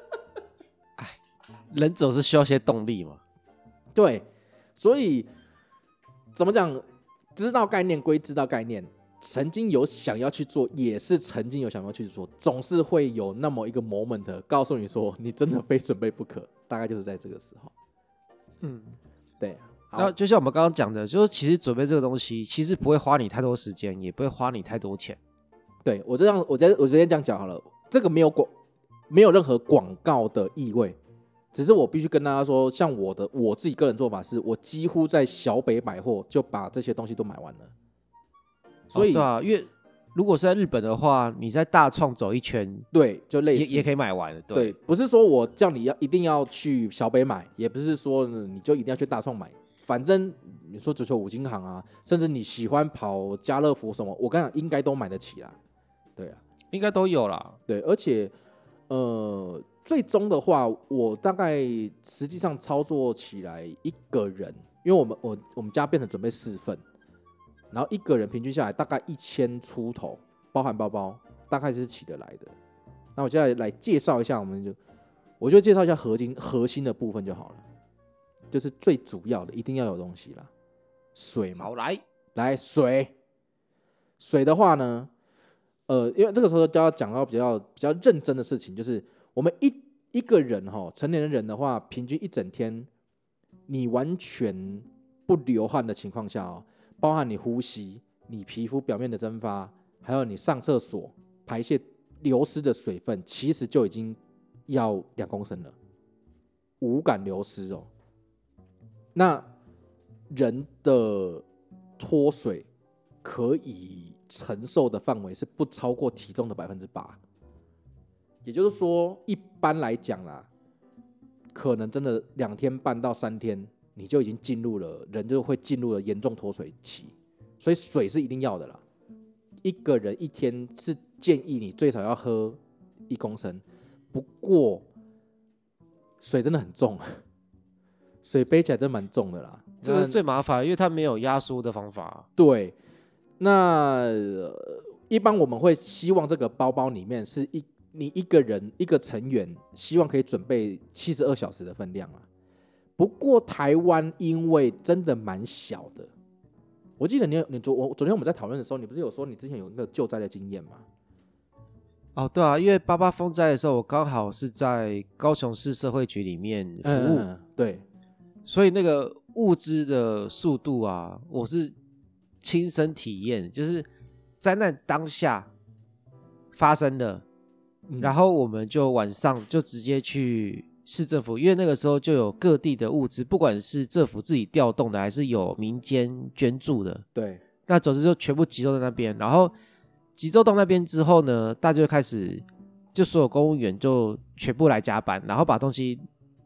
人总是需要些动力嘛。 对，所以怎么讲？知道概念归知道概念，曾经有想要去做，也是曾经有想要去做，总是会有那么一个 moment 告诉你说，你真的非准备不可。大概就是在这个时候。对。 然后就像我们刚刚讲的，就是其实准备这个东西，其实不会花你太多时间，也不会花你太多钱。 对，我直接这样讲好了，这个没有任何广告的意味。只是我必须跟大家说，像我自己个人做法是，我几乎在小北百货就把这些东西都买完了。所以， 对啊，因为如果是在日本的话，你在大创走一圈， 对，就类似也可以买完。 对，不是说我叫你一定要去小北买，也不是说你就一定要去大创买，反正你说足球五金行啊，甚至你喜欢跑家乐福什么，我跟你讲应该都买得起啦。对啊， 应该都有啦。 对，而且最终的话，我大概实际上操作起来一个人，因为我们家变成准备4份，然后一个人平均下来大概1000出头，包含包包，大概是起得来的。那我现在来介绍一下，我就介绍一下核心的部分就好了，就是最主要的一定要有东西啦，水嘛。 好， 来水的话呢，因为这个时候就要讲到比较认真的事情，就是我们一个人成年人的话，平均一整天，你完全不流汗的情况下包含你呼吸、你皮肤表面的蒸发，还有你上厕所排泄流失的水分，其实就已经要2公升了，无感流失哦。那人的脱水可以承受的范围是不超过体重的8%。也就是说，一般来讲啦，可能真的2天半到3天，你就已经人就会进入了严重脱水期，所以水是一定要的啦。一个人一天是建议你最少要喝1公升，不过水真的很重，水背起来真蛮重的啦。 这个最麻烦，因为它没有压缩的方法。 对，那一般我们会希望这个包包里面是你一个人一个成员，希望可以准备72小时的分量啊。不过台湾因为真的蛮小的，我记得昨天我们在讨论的时候，你不是有说你之前有那个救灾的经验吗？ 哦，对啊，因为88风灾的时候，我刚好是在高雄市社会局里面服务， 对， 所以那个物资的速度啊，我是亲身体验，就是灾难当下发生的。然后我们就晚上就直接去市政府，因为那个时候就有各地的物资，不管是政府自己调动的，还是有民间捐助的。 对， 那总之就全部集中在那边。然后集中到那边之后呢，大家就开始，就所有公务员就全部来加班，然后把东西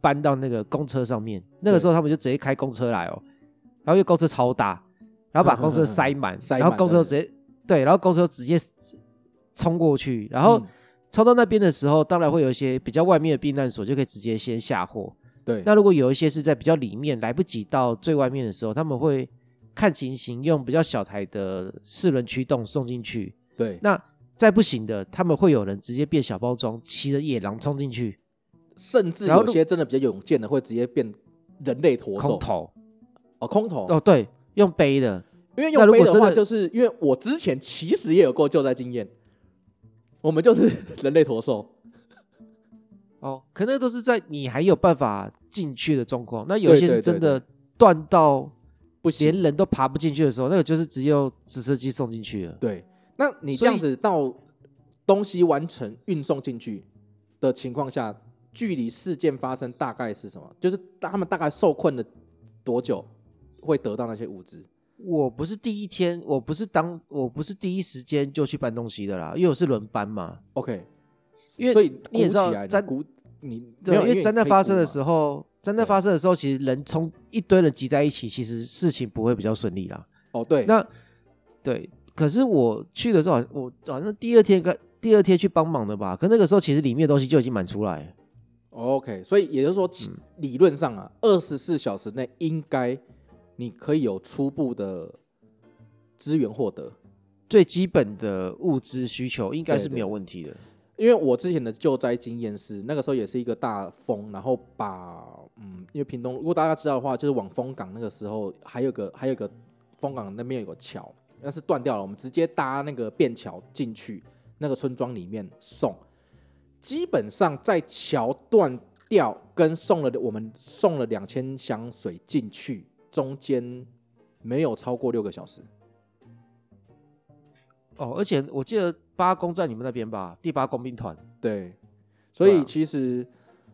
搬到那个公车上面。那个时候他们就直接开公车来哦，然后因为公车超大，然后把公车塞满，然后公车直接对，然后公车直接冲过去，然后冲到那边的时候，当然会有一些比较外面的避难所就可以直接先下货。 对， 那如果有一些是在比较里面来不及到最外面的时候，他们会看情形用比较小台的4轮驱动送进去。 对， 那再不行的，他们会有人直接变小包装，骑着野狼冲进去， 甚至有些真的比较勇健的会直接变人类驼兽。 空投空投哦，对，用背的。 因为用背的话，就是因为我之前其实也有过救灾经验，我们就是人类驼兽。 哦，可那都是在你还有办法进去的状况，那有些是真的断到不行， 连人都爬不进去的时候，那个就是只有直升机送进去了。 对，那你这样子到东西完成运送进去的情况下，距离事件发生大概是什么？就是他们大概受困了多久会得到那些物资？ 我不是第一天，我不是第一时间就去搬东西的啦，因为我是轮班嘛。 OK， 因为所以你也知道对，因为灾难发生的时候，其实人从一堆人挤在一起，其实事情不会比较顺利啦。 哦，对， 那对，可是我去的时候，我好像第二天去帮忙的吧，可那个时候其实里面的东西就已经满出来了。 OK， 所以也就是说，理论上啊，24小时内应该你可以有初步的资源获得， 最基本的物资需求应该是没有问题的。 因为我之前的救灾经验是，那个时候也是一个大风，然后因为屏东，如果大家知道的话，就是往丰港那个时候还有个丰港那边有个桥，那是断掉了，我们直接搭那个便桥进去那个村庄里面送。基本上在桥断掉跟我们送了2000箱水进去，中间没有超过6个小时。 哦，而且我记得8公在你们那边吧，第8工兵团。 对，所以其实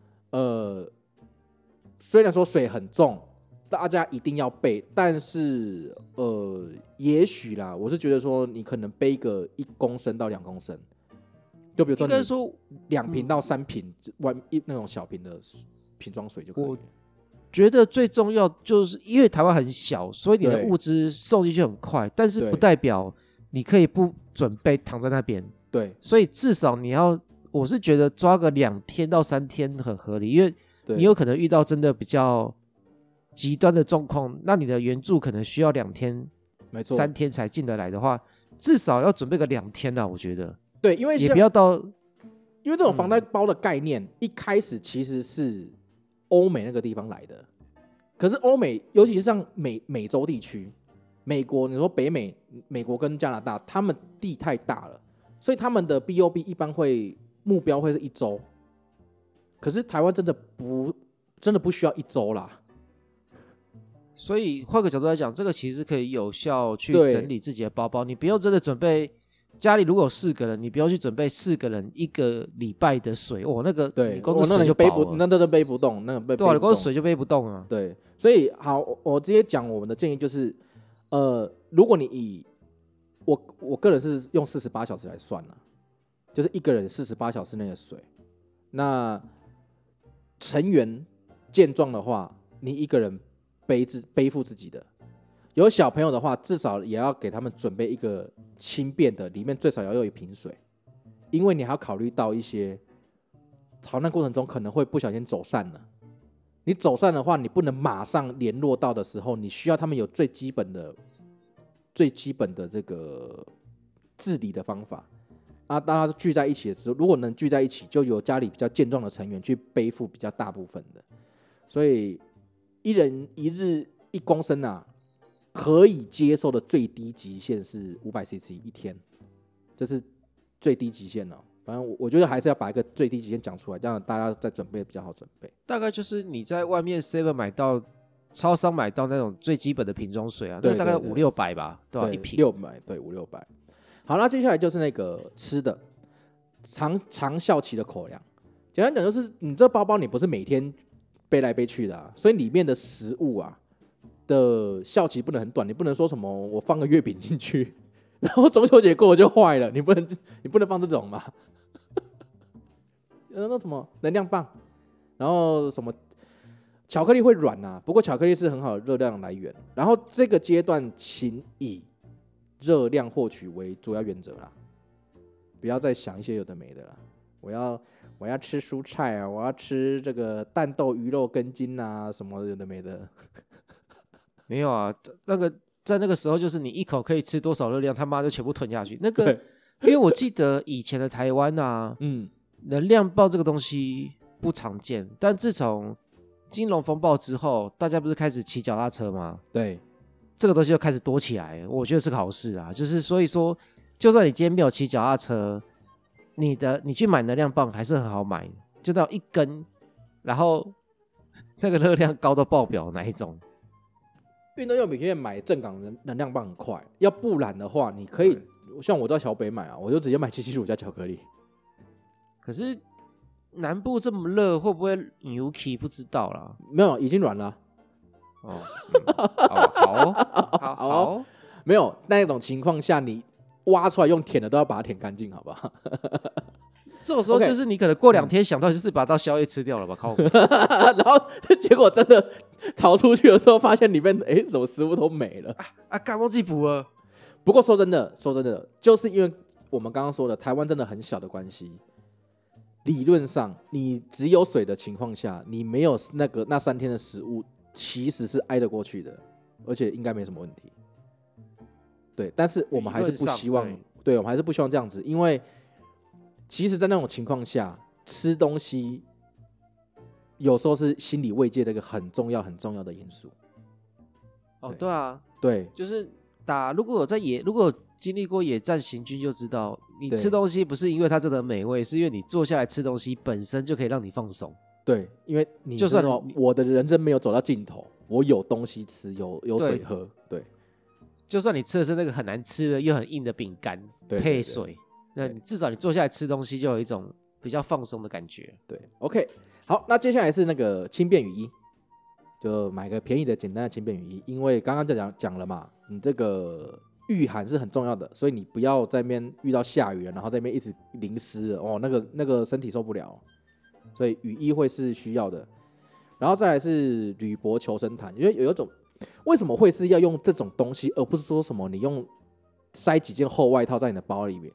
虽然说水很重，大家一定要背，但是也许啦，我是觉得说你可能背个1公升到2公升。就比如说，应该说2瓶到3瓶，那种小瓶的瓶装水就可以。我觉得最重要就是因为台湾很小，所以你的物资送进去很快，但是不代表你可以不准备躺在那边。 对， 所以至少我是觉得抓个2天到3天很合理，因为你有可能遇到真的比较极端的状况，那你的援助可能需要2天、3天才进得来的话，至少要准备个2天啦，我觉得。 对，因为也不要到， 因为这种防灾包的概念，一开始其实是欧美那个地方来的。可是欧美，尤其是像美洲地区，美国，你说北美，美国跟加拿大，他们地太大了，所以他们的 BOB 一般目标会是1周。可是台湾真的不需要1周啦。 所以换个角度来讲，这个其实可以有效去整理自己的包包，你不用真的准备。家里如果有4个人，你不要去准备4个人1个礼拜的水哦，那个你光是水就背不，那都背不动，那个背不动。 对，光是水就背不动啊。 对，所以好，我直接讲我们的建议就是，如果你我个人是用48小时来算了，就是1个人48小时内的水，那成员健壮的话，你1个人背负自己的。有小朋友的话，至少也要给他们准备一个轻便的，里面最少要有1瓶水，因为你还要考虑到一些逃难过程中可能会不小心走散了。你走散的话，你不能马上联络到的时候，你需要他们有最基本的这个自理的方法啊。大家聚在一起的时候，如果能聚在一起，就由家里比较健壮的成员去背负比较大部分的。所以1人1日1公升啊。可以接受的最低极限是500cc 1天，这是最低极限了。反正我觉得还是要把一个最低极限讲出来，这样大家在准备比较好准备。 大概就是你在外面 7 买到、超商买到那种最基本的瓶装水啊，那大概500-600吧，对吧？1瓶 600，对，500-600。好，那接下来就是那个吃的，长效期的口粮。简单讲就是，你这包包你不是每天背来背去的啊，所以里面的食物啊。的效期不能很短，你不能说什么我放个月饼进去，然后中秋节过了就坏了，你不能放这种嘛？那什么能量棒，然后什么巧克力会软啊，不过巧克力是很好的热量来源。然后这个阶段，请以热量获取为主要原则啦，不要再想一些有的没的啦。我要吃蔬菜啊，我要吃这个蛋豆鱼肉根茎啊，什么有的没的。 没有啊，在那个时候就是你一口可以吃多少热量，他妈就全部吞下去。那个，因为我记得以前的台湾啊，能量棒这个东西不常见，但自从金融风暴之后，大家不是开始骑脚踏车吗？ 对， 这个东西就开始多起来，我觉得是个好事啊。就是所以说，就算你今天没有骑脚踏车，你去买能量棒还是很好买，就到一根，然后那个热量高到爆表那一种。 运动用品店买正港能量棒很快，要不然的话，你可以像我到小北买啊，我就直接买775加巧克力。 可是南部这么热，会不会牛气不知道啦？ 没有，已经软了。 好， 没有那种情况下，你挖出来用舔的都要把它舔干净，好不好？ 这种时候就是你可能过2天想到就是把它当宵夜吃掉了吧，靠！ 然后结果真的逃出去的时候，发现里面什么食物都没了干忘记补了。 不过说真的，就是因为我们刚刚说的台湾真的很小的关系，理论上你只有水的情况下，你没有那3天的食物，其实是挨得过去的，而且应该没什么问题。对，但是我们还是不希望，对，我们还是不希望这样子，因为其实，在那种情况下，吃东西有时候是心理慰藉的一个很重要的因素。 对啊， 对， 就是如果有经历过野战行军，就知道你吃东西不是因为它真的美味，是因为你坐下来吃东西本身就可以让你放松。 对，因为你就算我的人生没有走到尽头，我有东西吃，有水喝，对， 就算你吃的是那个很难吃的又很硬的饼干配水。那你至少你坐下来吃东西就有一种比较放松的感觉。 对 ，OK， 好，那接下来是那个轻便雨衣，就买个便宜的简单的轻便雨衣，因为刚刚讲了嘛，你这个御寒是很重要的，所以你不要在那边遇到下雨了，然后在那边一直淋湿了，那个身体受不了，所以雨衣会是需要的。然后再来是铝箔求生毯，因为有一种为什么会是要用这种东西，而不是说什么你用塞几件厚外套在你的包里面。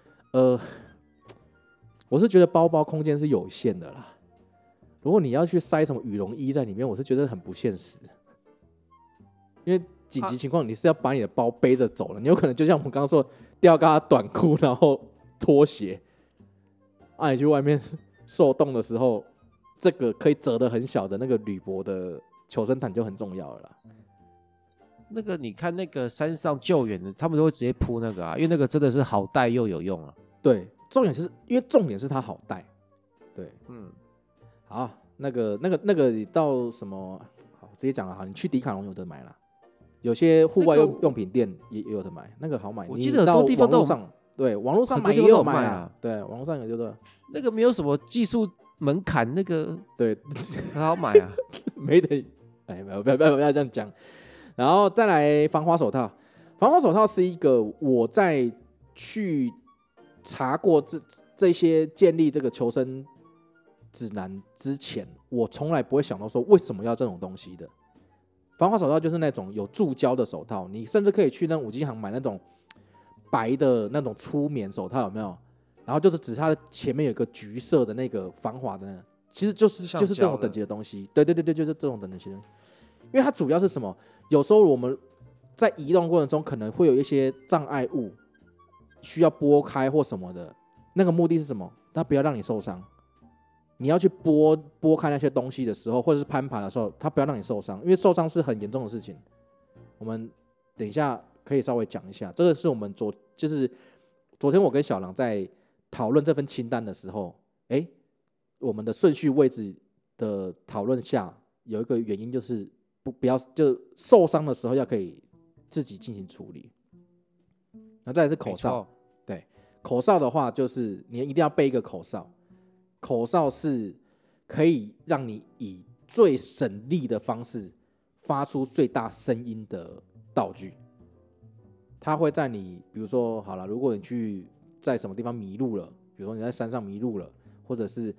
我是觉得包包空间是有限的啦。如果你要去塞什么羽绒衣在里面，我是觉得很不现实。因为紧急情况你是要把你的包背着走了，你有可能就像我们刚刚说，吊嘎短裤，然后拖鞋，你去外面受冻的时候，这个可以折得很小的那个铝箔的求生毯就很重要了啦。 那个你看那个山上救援的，他们都会直接铺那个因为那个真的是好带又有用啊。 对，重点是它好带。对，好，那个你到什么？好，直接讲了哈，你去迪卡侬有得买啦，有些户外用品店也有得买，那个好买。 我记得很多地方都有， 对，网络上买也有卖啊。对，网络上有的。 那个没有什么技术门槛，那个对很好买啊， 没得，不要这样讲。然后再来防滑手套，防滑手套是一个我在去查过这些建立这个求生指南之前，我从来不会想到说为什么要这种东西的。防滑手套就是那种有注胶的手套，你甚至可以去那五金行买那种白的那种粗棉手套，有没有？然后就是只是它的前面有一个橘色的那个防滑的那个，其实就是这种等级的东西。对，就是这种等级的东西。因为它主要是什么？有时候我们在移动过程中可能会有一些障碍物需要拨开或什么的，那个目的是什么？它不要让你受伤。你要去拨开那些东西的时候，或者是攀爬的时候，它不要让你受伤，因为受伤是很严重的事情。我们等一下可以稍微讲一下，这个是我们就是昨天我跟小狼在讨论这份清单的时候，我们的顺序位置的讨论下，有一个原因就是不要就受伤的时候要可以自己进行处理。然后再来是口哨，对，口哨的话就是你一定要备一个口哨，口哨是可以让你以最省力的方式发出最大声音的道具。它会在你比如说好了，如果你去在什么地方迷路了，比如说你在山上迷路了，或者是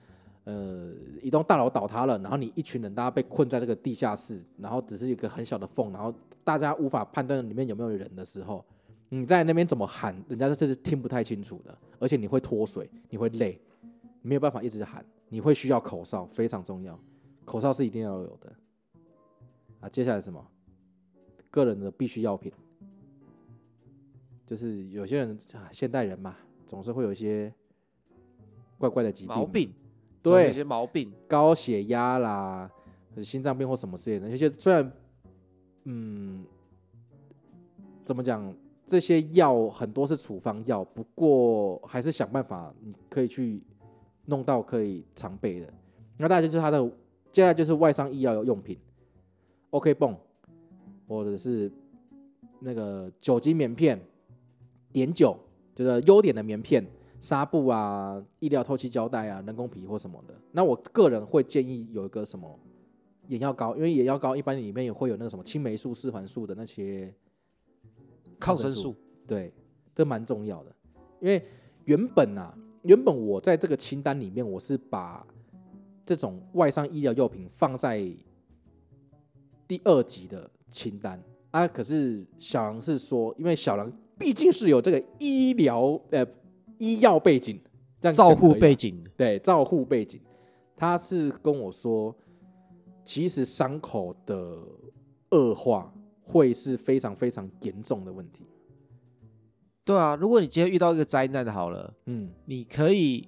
一栋大楼倒塌了，然后你一群人大家被困在这个地下室，然后只是一个很小的缝，然后大家无法判断里面有没有人的时候，你在那边怎么喊，人家这是听不太清楚的，而且你会脱水，你会累，你没有办法一直喊，你会需要口哨，非常重要，口哨是一定要有的。啊，接下来是什么？个人的必需药品，就是有些人现代人嘛，总是会有一些怪怪的疾病毛病， 对， 有些毛病， 高血压啦、心脏病或什么之类的，那些虽然怎么讲，这些药很多是处方药，不过还是想办法，你可以去弄到可以常备的。那大概就是它的，接下来就是外伤医药用品 ，OK 泵，或者是那个酒精棉片、碘酒，就是优点的棉片。纱布啊、医疗透气胶带啊、人工皮或什么的。那我个人会建议有一个什么眼药膏，因为眼药膏一般里面也会有那个什么青霉素、四环素的那些抗生素， 对，这蛮重要的。因为原本我在这个清单里面，我是把这种外伤医疗用品放在第2级的清单啊。可是小狼是说，因为小狼毕竟是有这个医药背景， 照护背景， 对，照护背景，他是跟我说，其实伤口的恶化会是非常非常严重的问题。 对啊，如果你今天遇到一个灾难好了，你可以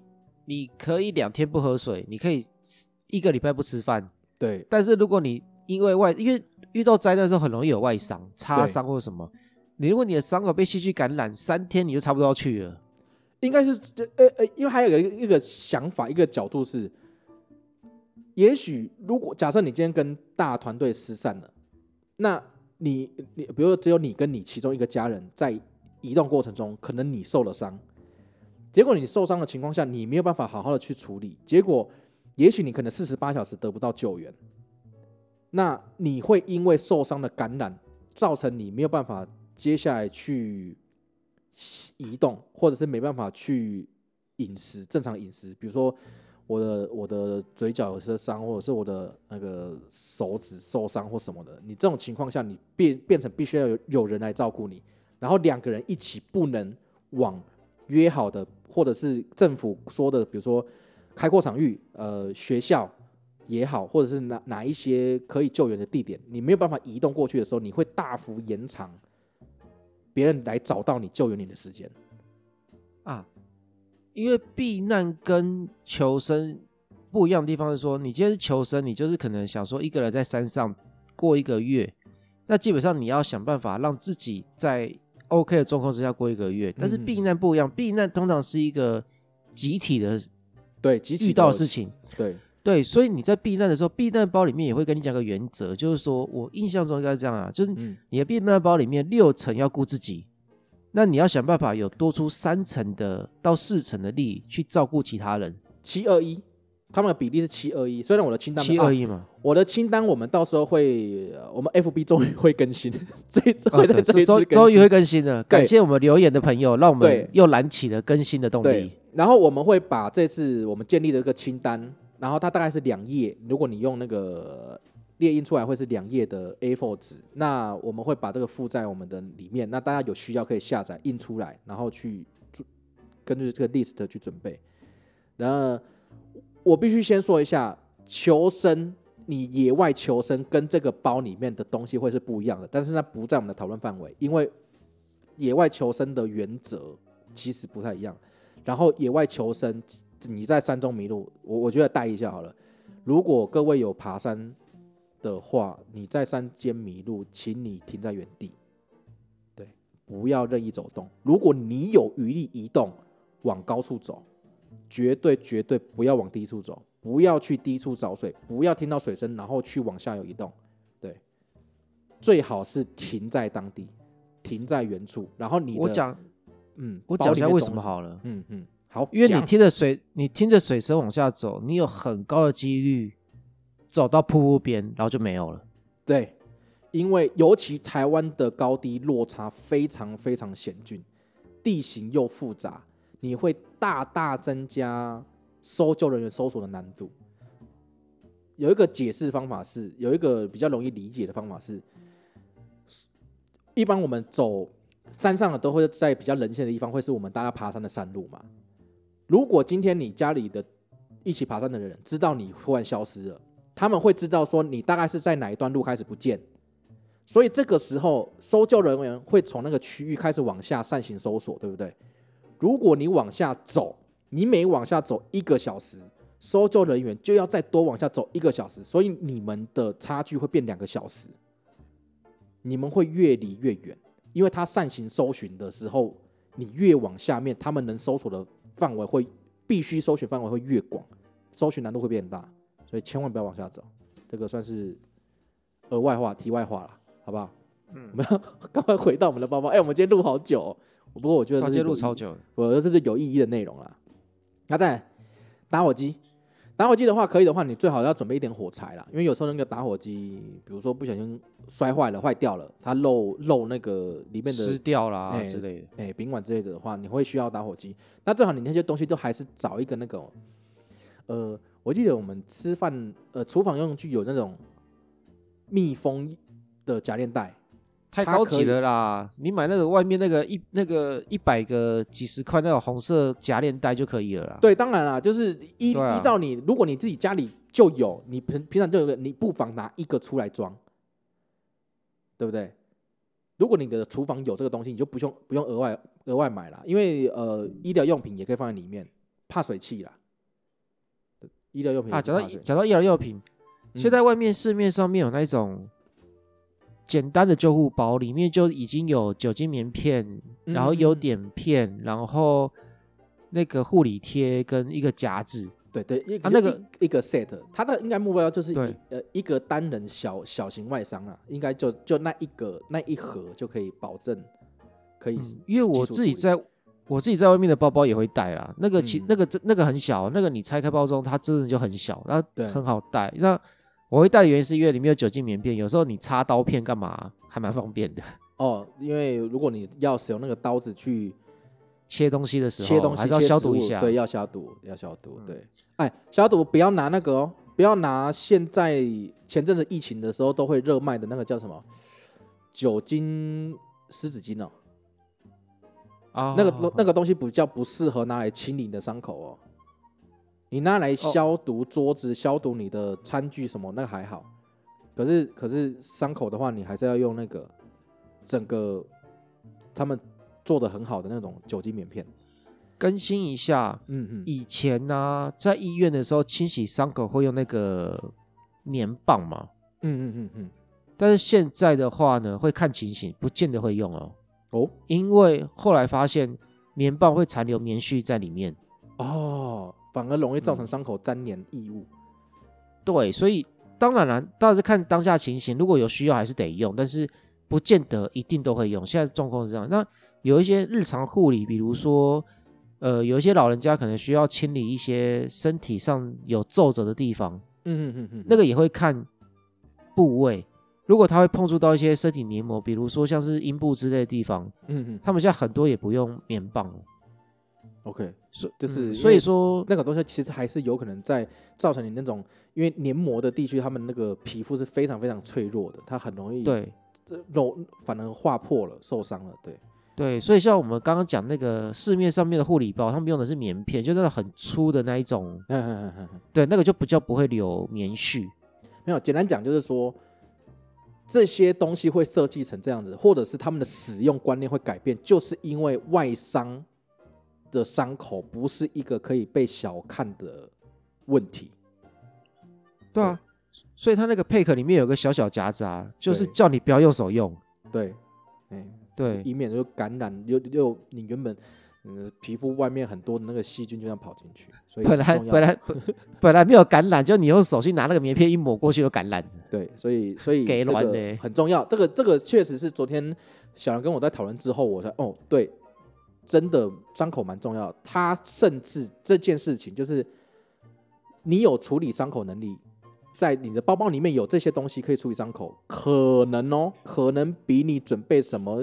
2天不喝水，你可以1个礼拜不吃饭， 对。 但是如果你因为遇到灾难的时候很容易有外伤、擦伤或什么，如果你的伤口被细菌感染，3天你就差不多要去了。 应该是因为还有一个想法，一个角度是，也许如果假设你今天跟大团队失散了，那你比如说只有你跟你其中一个家人在移动过程中，可能你受了伤，结果你受伤的情况下，你没有办法好好的去处理，结果也许你可能48小时得不到救援，那你会因为受伤的感染，造成你没有办法接下来去移动，或者是没办法去正常饮食，比如说我的嘴角有些伤，或者是我的那个手指受伤或什么的，你这种情况下，你变成必须要有人来照顾你，然后2个人一起不能往约好的，或者是政府说的，比如说开阔场域，学校也好，或者是哪一些可以救援的地点，你没有办法移动过去的时候，你会大幅延长别人来找到你救援你的时间啊。因为避难跟求生不一样的地方是说，你今天是求生，你就是可能想说一个人在山上过1个月，那基本上你要想办法让自己在 OK 的状况之下过1个月。但是避难不一样，避难通常是一个集体的， 对，集体遇到的事情，对，所以你在避难的时候，避难包里面也会跟你讲个原则，就是说我印象中应该是这样啊，就是你的避难包里面6成要顾自己，那你要想办法有多出3成到4成的力去照顾其他人。 721，他们的比例是721。虽然我的清单 721嘛， 我的清单我们到时候会，我们 FB 终于会更新，会在这一次终于会更新了。感谢我们留言的朋友，让我们又燃起了更新的动力。 然后我们会把这次我们建立的这个清单，然后它大概是2页，如果你用那个列印出来会是2页的 A4 纸，那我们会把这个附在我们的里面，那大家有需要可以下载印出来，然后去根据这个 list 去准备。然后我必须先说一下，求生你野外求生跟这个包里面的东西会是不一样的，但是那不在我们的讨论范围，因为野外求生的原则其实不太一样。然后野外求生，你在山中迷路，我觉得带一下好了。如果各位有爬山的话，你在山间迷路，请你停在原地，对，不要任意走动。如果你有余力移动，往高处走，绝对不要往低处走，不要去低处找水，不要听到水声然后去往下游移动，对，最好是停在当地，停在原处。然后我讲一下为什么好了。 好， 因为你听着水声往下走，你有很高的几率走到瀑布边，然后就没有了。 对，因为尤其台湾的高低落差非常非常险峻，地形又复杂，你会大大增加搜救人员搜索的难度。有一个解释方法是，有一个比较容易理解的方法是，一般我们走山上的都会在比较人线的地方，会是我们大家爬山的山路嘛。如果今天你家里的一起爬山的人知道你忽然消失了，他们会知道说你大概是在哪一段路开始不见，所以这个时候搜救人员会从那个区域开始往下散行搜索，对不对？如果你往下走，你每往下走1个小时，搜救人员就要再多往下走1个小时，所以你们的差距会变2个小时，你们会越离越远，因为他散行搜寻的时候，你越往下面，他们能搜索的范围会必须搜寻范围会越广，搜寻难度会变大，所以千万不要往下走。这个算是额外话、题外话了，好不好？我们要赶快回到我们的包包。我们今天录好久哦，不过我觉得今天录超久， 我觉得这是有意义的内容啦。那再来打火机。打火机的话，可以的话，你最好要准备一点火柴啦，因为有时候那个打火机，比如说不小心摔坏了、坏掉了，它漏那个里面的湿掉啦之类的， 丙烷之类的话，你会需要打火机。那最好你那些东西都还是找一个那个，我记得我们吃饭，厨房用具有那种密封的夹链袋。 太高级了啦！你买那个外面那个100个几十块那种红色夹链袋就可以了啦。 对，当然啦，就是依照你，如果你自己家里就有，你平常就有个，你不妨拿1个出来装，对不对？如果你的厨房有这个东西，你就不用额外买啦，因为医疗用品也可以放在里面，怕水汽啦。医疗用品讲到医疗用品，现在外面市面上面有那种简单的救护包，里面就已经有酒精棉片，然后优碘片，然后那个护理贴跟一个夹子。 对，那个一个 set， 它的应该目标就是一个单人小型外伤啊，应该就那一盒就可以保证可以。 因为我自己在外面的包包也会带啦，那个很小，那个你拆开包装它真的就很小，然后很好带。那我会带的原因是因为里面有酒精棉片，有时候你插刀片干嘛还蛮方便的。 哦，因为如果你要使用那个刀子去切东西的时候，还是要消毒一下。 对，要消毒。对，消毒不要拿那个哦，不要拿现在前阵子疫情的时候都会热卖的那个叫什么酒精湿纸巾哦。那个东西比较不适合拿来清理你的伤口哦。你拿来消毒桌子、消毒你的餐具什么，那个还好。可是伤口的话，你还是要用那个整个他们做的很好的那种酒精棉片。 更新一下，以前呢，在医院的时候清洗伤口会用那个棉棒嘛，但是现在的话呢，会看情形，不见得会用哦，因为后来发现棉棒会残留棉絮在里面反而容易造成伤口沾黏异物。 对，所以当然是看当下情形，如果有需要还是得用，但是不见得一定都会用。现在状况是这样。那有一些日常护理，比如说有一些老人家可能需要清理一些身体上有皱褶的地方，那个也会看部位。如果他会碰触到一些身体黏膜，比如说像是阴部之类的地方，他们现在很多也不用棉棒了。 OK， 所以说那个东西其实还是有可能在造成你那种，因为黏膜的地区，他们那个皮肤是非常非常脆弱的，它很容易反而划破了，受伤了。 对，所以像我们刚刚讲那个市面上面的护理包，他们用的是棉片，就那种很粗的那一种，对，那个就比较不会留棉絮。 没有，简单讲就是说，这些东西会设计成这样子，或者是他们的使用观念会改变，就是因为外伤的伤口不是一个可以被小看的问题。 对啊，所以它那个配壳里面有个小小夹子啊，就是叫你不要用手用。对， 以免就感染，又你原本皮肤外面很多的那个细菌就这样跑进去，所以本来没有感染，就你用手去拿那个棉片一抹过去就感染。 对，所以这个很重要。这个确实是昨天小杨跟我在讨论之后，我才对，真的伤口蛮重要的。他甚至这件事情就是你有处理伤口能力，在你的包包里面有这些东西可以处理伤口，可能比你准备什么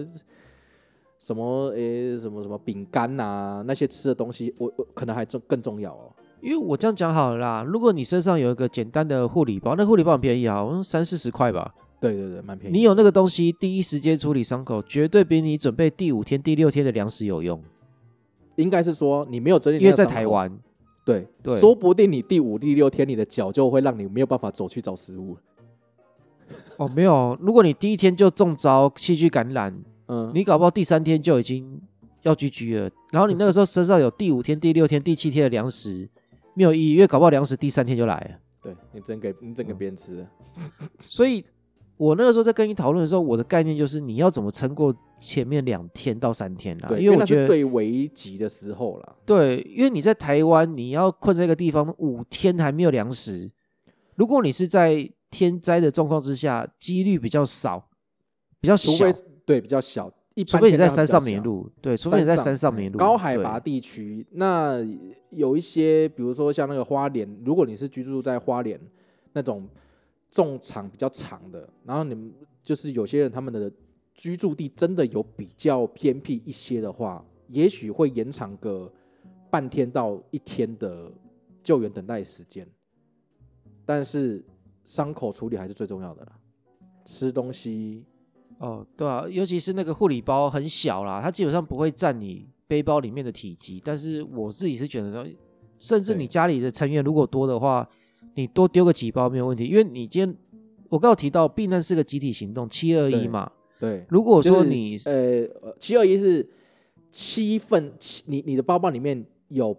饼干啊那些吃的东西，我可能还更重要哦。 因为我这样讲好了啦，如果你身上有一个简单的护理包，那护理包很便宜啊，好像30-40块吧。 对对对，蛮便宜。 你有那个东西，第一时间处理伤口，绝对比你准备第5天、第6天的粮食有用。 应该是说你没有整理， 因为在台湾， 对对， 说不定你第5、第6天，你的脚就会让你没有办法走去找食物。 哦，没有，如果你第1天就中招细菌感染，你搞不好第3天就已经要 GG 了。然后你那个时候身上有第5天、第6天、第7天的粮食，没有意义，因为搞不好粮食第3天就来了。 对，你整给别人吃了。 所以我那个时候在跟你讨论的时候，我的概念就是你要怎么撑过前面2天到3天啦。 对， 因为我觉得那是最危急的时候啦。 对，因为你在台湾，你要困在一个地方5天还没有粮食，如果你是在天灾的状况之下，几率比较少，比较小， 对，比较小。 除非你在山上迷路，对，除非你在山上迷路， 高海拔地区，那有一些，比如说像那个花莲，如果你是居住在花莲那种种场比较长的，然后你们就是有些人他们的居住地真的有比较偏僻一些的话，也许会延长个半天到1天的救援等待时间，但是伤口处理还是最重要的啦，吃东西。 哦，对啊，尤其是那个护理包很小啦，它基本上不会占你背包里面的体积。但是我自己是觉得，甚至你家里的成员如果多的话，你多丢个几包没有问题。因为你今天我刚刚提到避难是个集体行动，721嘛。 对， 如果说你 721是7份，你的包包里面有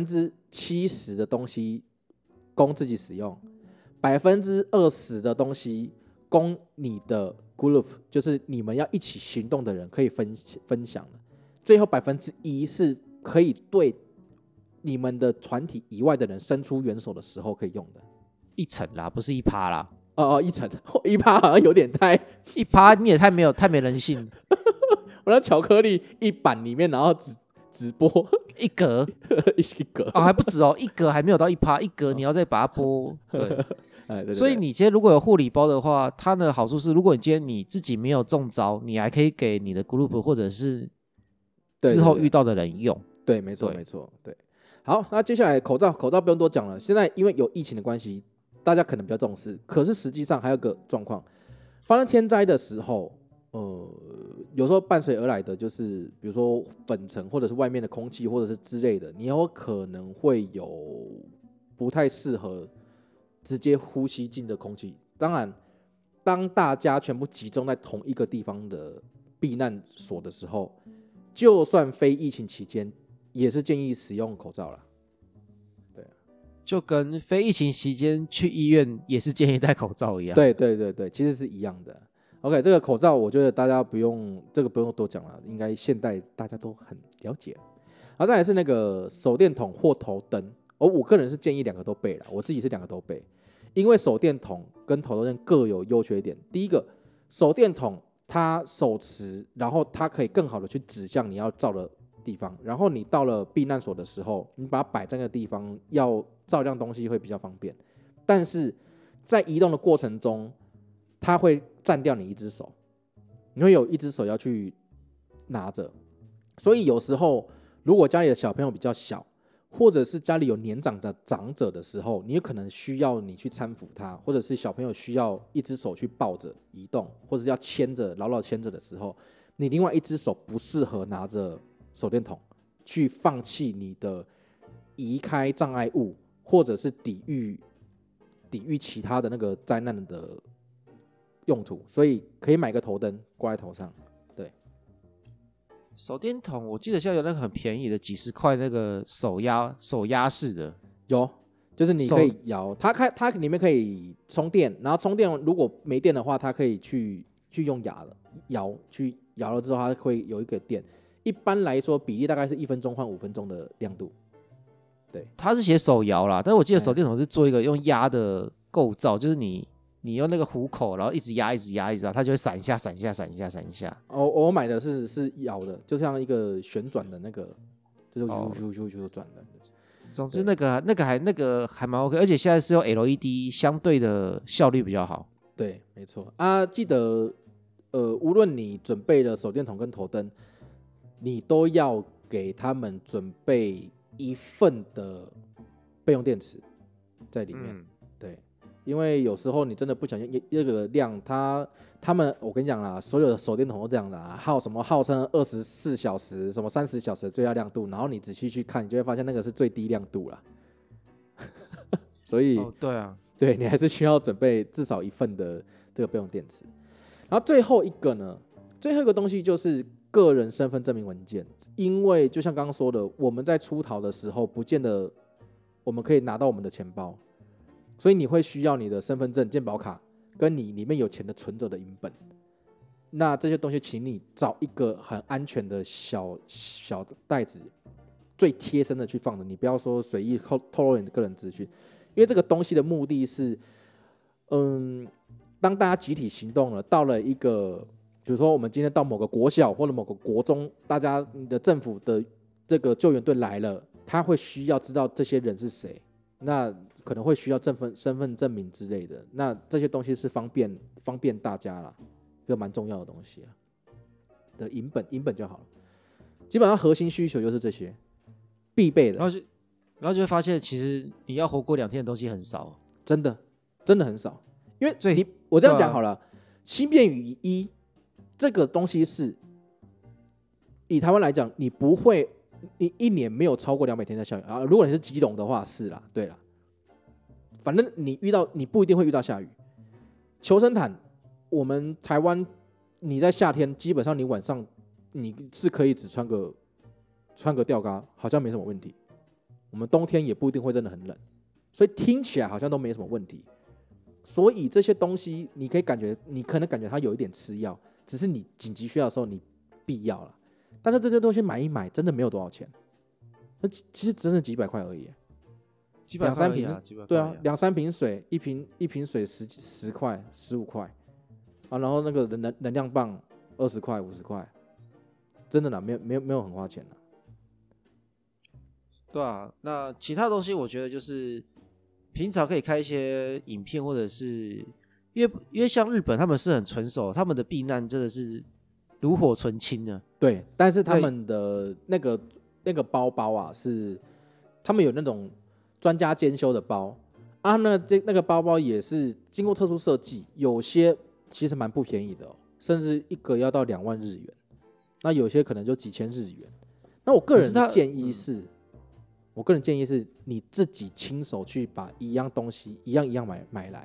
70%的东西供自己使用，20%的东西供你的 group， 就是你们要一起行动的人可以分享的，最后1%是可以对你们的团体以外的人伸出援手的时候可以用的 ，1成啦，不是1%啦。 1成1%好像有点太 1%，你也太没人性。 我那巧克力1板里面，然后只剥 1格一格哦，还不止哦，1格还没有到1%，1格你要再把它剥。对。 对， 所以你今天如果有护理包的话，它的好处是，如果你今天你自己没有中招，你还可以给你的 group 或者是之后遇到的人用。 对，没错，没错。对，好，那接下来口罩不用多讲了。现在因为有疫情的关系，大家可能比较重视，可是实际上还有个状况，发生天灾的时候，有时候伴随而来的就是比如说粉尘或者是外面的空气或者是之类的，你有可能会有不太适合直接呼吸进的空气。当然，当大家全部集中在同一个地方的避难所的时候，就算非疫情期间，也是建议使用口罩啦。对， 就跟非疫情期间去医院也是建议戴口罩一样。 对对对对，其实是一样的。OK， 这个口罩我觉得大家不用多讲了，应该现代大家都很了解。然后再来是那个手电筒或头灯。我个人是建议2个都备啦，我自己是2个都备，因为手电筒跟头头灯各有优缺点。第一个，手电筒它手持，然后它可以更好的去指向你要照的地方，然后你到了避难所的时候，你把它摆在那个地方，要照亮东西会比较方便。但是在移动的过程中，它会占掉你一只手，你会有一只手要去拿着，所以有时候如果家里的小朋友比较小，或者是家里有年长的长者的时候，你有可能需要你去搀扶他，或者是小朋友需要一只手去抱着移动，或者是要牵着牢牢牵着的时候，你另外一只手不适合拿着手电筒去放弃你的移开障碍物，或者是抵御其他的那个灾难的用途，所以可以买个头灯挂在头上。 手电筒我记得现在有那个很便宜的几10块那个手压式的， 有，就是你可以摇它里面可以充电，然后充电如果没电的话，它可以去用摇了之后，它会有一个电。一般来说比例大概是1分钟换5分钟的亮度。对， 它是写手摇啦，但是我记得手电筒是做一个用压的构造，就是你用那个虎口，然后一直压，它就会闪一下。 我买的是摇的，就像一个旋转的那个，就是咻转的。 总之那个还蛮 OK， 而且现在是用 LED， 相对的效率比较好。 对，没错啊，记得无论你准备了手电筒跟头灯，你都要给他们准备1份的备用电池在里面。对，因为有时候你真的不小心那个量，他们我跟你讲啦，所有的手电筒都这样的啊，什么号称24小时、什么30小时的最大亮度，然后你仔细去看，你就会发现那个是最低亮度啦。所以， 对啊， 对你还是需要准备至少1份的这个备用电池。然后最后一个东西就是个人身份证明文件，因为就像刚刚说的，我们在出逃的时候，不见得我们可以拿到我们的钱包，所以你会需要你的身份证、健保卡，跟你里面有钱的存折的影本。那这些东西，请你找一个很安全的小袋子，最贴身的去放着，你不要说随意透露你的个人资讯，因为这个东西的目的是，当大家集体行动了，到了一个，比如说我们今天到某个国小或者某个国中，大家你的政府的这个救援队来了，他会需要知道这些人是谁，那可能会需要身份证明之类的，那这些东西是方便大家啦，这个蛮重要的东西的影本就好了。基本上核心需求就是这些必备的， 然后就会发现，其实你要活过2天的东西很少， 真的很少。因为我这样讲好了，轻便雨衣这个东西是以台湾来讲，你不会，你1年没有超过200天在下雨啊。如果你是基隆的话，是啦，对啦，反正你不一定会遇到下雨。求生毯，我们台湾你在夏天基本上你晚上你是可以只穿个吊嘎，好像没什么问题。我们冬天也不一定会真的很冷，所以听起来好像都没什么问题。所以这些东西你可能感觉它有一点吃药，只是你紧急需要的时候你必要了。但是这些东西买一买真的没有多少钱，那其实真的几百块而已，两三瓶，对啊，2-3瓶水，一瓶水10块15块啊，然后那个能量棒20块50块，真的啦，没有很花钱啦。 对啊，那其他东西我觉得就是平常可以开一些影片，或者是因为像日本他们是很纯熟，他们的避難真的是炉火纯青的。 对，但是他们的那个包包啊，是他们有那种专家监修的包啊，那个包包也是经过特殊设计，有些其实蛮不便宜的哦，甚至一个要到2万日元，那有些可能就几千日元。那我个人建议是。我个人建议是你自己亲手去把一样东西一样买来。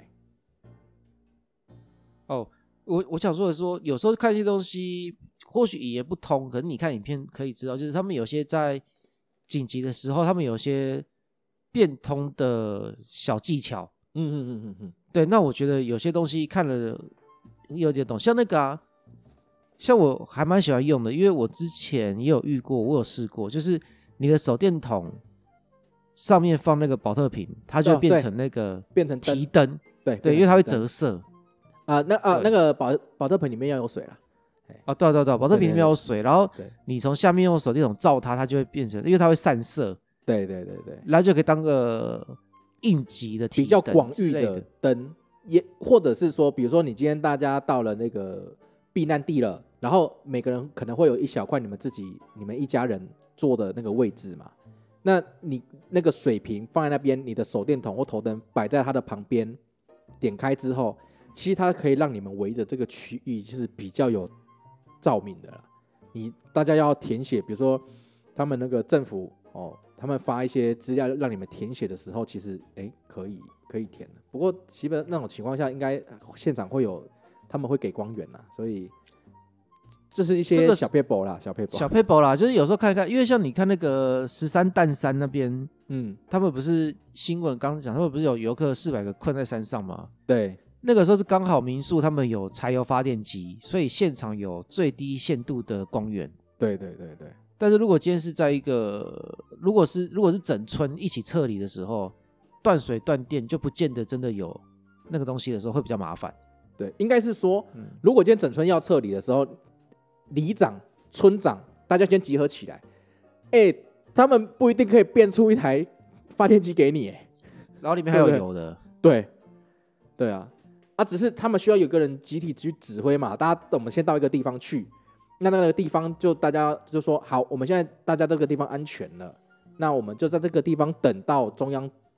哦，我想说的说，有时候看一些东西，或许语言不通，可是你看影片可以知道，就是他们有些在紧急的时候，他们有些变通的小技巧。对，那我觉得有些东西看了有点懂，像那个啊，像我还蛮喜欢用的，因为我之前也有遇过，我有试过，就是你的手电筒上面放那个保特瓶，它就会变成那个提灯，对，因为它会折射啊。那个保特瓶里面要有水啦。 哦，对，保特瓶里面有水，然后你从下面用手电筒照它，它就会变成，因为它会散射， 对， 然后就可以当个应急的提灯比较广域的灯，也或者是说，比如说你今天大家到了那个避难地了，然后每个人可能会有一小块你们一家人坐的那个位置嘛。那你那个水瓶放在那边，你的手电筒或头灯摆在它的旁边，点开之后，其实它可以让你们围着这个区域就是比较有照明的啦。大家要填写，比如说他们那个政府他们发一些资料让你们填写的时候，其实可以填的。不过基本那种情况下，应该现场他们会给光源啦，所以。这是一些小撇步啦，小撇步啦，就是有时候看一看，因为像你看那个13弹山那边，他们不是新闻刚讲，他们不是有游客400个困在山上吗？ 对， 那个时候是刚好民宿他们有柴油发电机，所以现场有最低限度的光源。 对。 但是如果今天是在一个，如果是整村一起撤离的时候，断水断电就不见得真的有那个东西的时候会比较麻烦。 对，应该是说，如果今天整村要撤离的时候，里长、村长大家先集合起来，他们不一定可以变出一台发电机给你， 然后里面还有油的， 对啊，只是他们需要有个人集体去指挥嘛，我们先到一个地方去，那个地方就大家就说好，我们现在大家这个地方安全了，那我们就在这个地方等到中央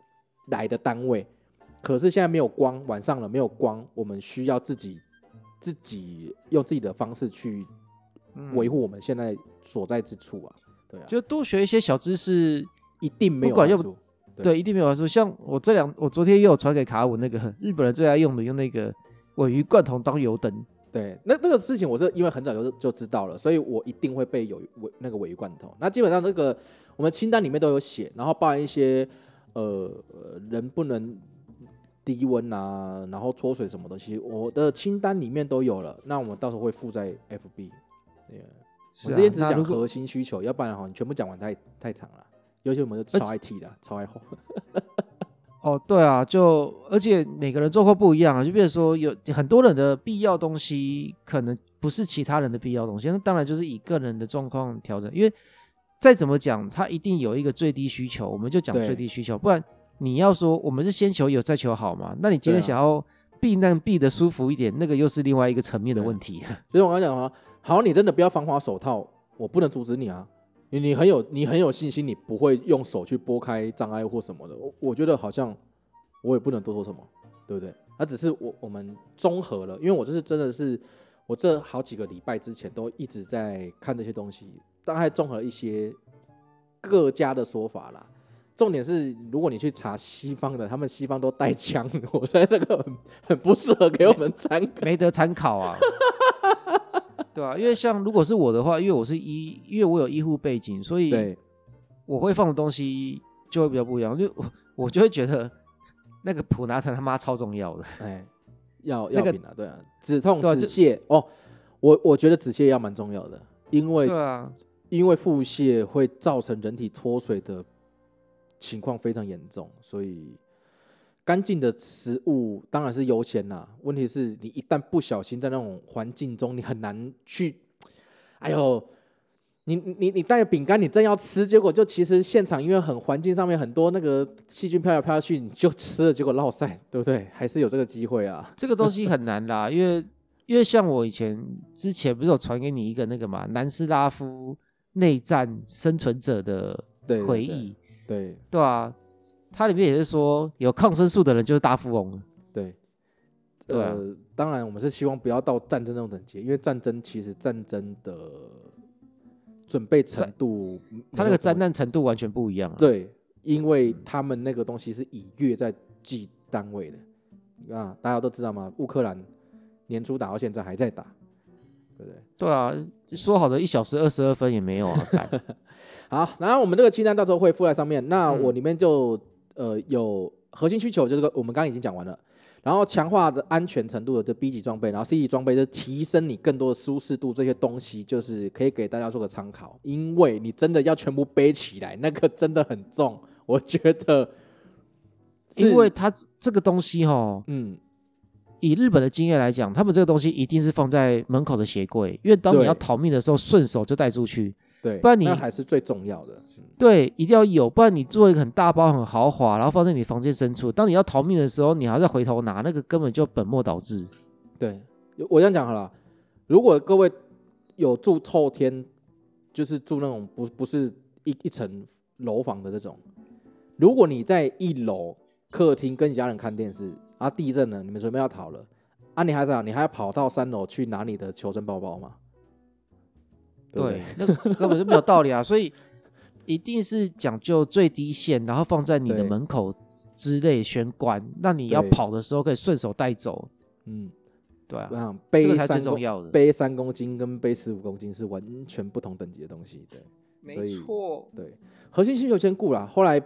来的单位，可是现在没有光，晚上了没有光，我们需要自己用自己的方式去维护我们现在所在之处啊。对啊， 就多学一些小知识， 一定没有不管好处。 对，一定没有好处。像我昨天也有传给卡武那个日本人最爱用那个鲔鱼罐头当油灯。 对，那个事情我是因为很早就知道了，所以我一定会备那个鲔鱼罐头。那基本上这个我们清单里面都有写，然后包含一些人不能低温啊，然后脱水什么东西，我的清单里面都有了。那我们到时候会附在 FB。对，我之前只讲核心需求，要不然你全部讲完太长了。尤其我们就超爱剃的，超爱吼。 哦，对啊，而且每个人状况不一样啊，就比如说有很多人的必要东西，可能不是其他人的必要东西，那当然就是以个人的状况调整。因为再怎么讲，他一定有一个最低需求，我们就讲最低需求，不然你要说我们是先求有再求好嘛，那你今天想要避难避得舒服一点，那个又是另外一个层面的问题。 所以我刚刚讲啊，好，你真的不要防滑手套，我不能阻止你啊。你很有信心，你不会用手去拨开障碍或什么的。我觉得好像我也不能多说什么，对不对？那只是我们综合了，因为我这是真的是我这好几个礼拜之前都一直在看这些东西，大概综合了一些各家的说法啦。重点是，如果你去查西方的，他们西方都带枪，我觉得这个很不适合给我们参考， 没得参考啊。对啊，因为像如果是我的话，因为我有医护背景，所以我会放的东西就会比较不一样。就我就会觉得那个普拿疼他妈超重要的， 药品啊，对啊，止痛止泻哦，我觉得止泻药蛮重要的，因为腹泻会造成人体脱水的情况非常严重，所以干净的食物当然是优先啦。问题是你一旦不小心在那种环境中，你很难去，哎呦，你带着饼干，你正要吃，结果就其实现场因为环境上面很多那个细菌飘来飘去，你就吃了，结果落晒，对不对？还是有这个机会啊。 这个东西很难啦，因为像我之前不是有传给你一个那个嘛，南斯拉夫内战生存者的回忆，对啊。它里面也是说，有抗生素的人就是大富翁。 对， 当然我们是希望不要到战争那种等级，因为战争的准备程度， 它那个灾难程度完全不一样。 对，因为他们那个东西是以月在计单位的啊，大家都知道吗？乌克兰年初打到现在还在打，对不对？ 对啊，说好的1小时22分也没有啊。 好，然后我们这个清单到时候会附在上面，那我里面就。有核心需求，就是我们刚刚已经讲完了。然后强化的安全程度的这 B 级装备，然后 C 级装备就提升你更多的舒适度，这些东西就是可以给大家做个参考。因为你真的要全部背起来，那个真的很重，我觉得。 因为它这个东西以日本的经验来讲，他们这个东西一定是放在门口的鞋柜，因为当你要逃命的时候，顺手就带出去。 对， 不然那还是最重要的。 对，一定要有，不然你做一个很大包、很豪华，然后放在你房间深处，当你要逃命的时候，你还要回头拿，那个根本就本末倒置。 对，我这样讲好了，如果各位有住透天，就是住那种不是一层楼房的这种，如果你在1楼客厅跟你家人看电视，啊，地震了，你们准备要逃了，啊，你还要跑到3楼去拿你的求生包包吗？ 对，那根本就没有道理啊！所以一定是讲究最低线，然后放在你的门口之类玄关，让你要跑的时候可以顺手带走。对啊，这个才最重要的。 背3公斤跟背15公斤是完全不同等级的东西，对， 没错。 对，核心需求先顾啦，后来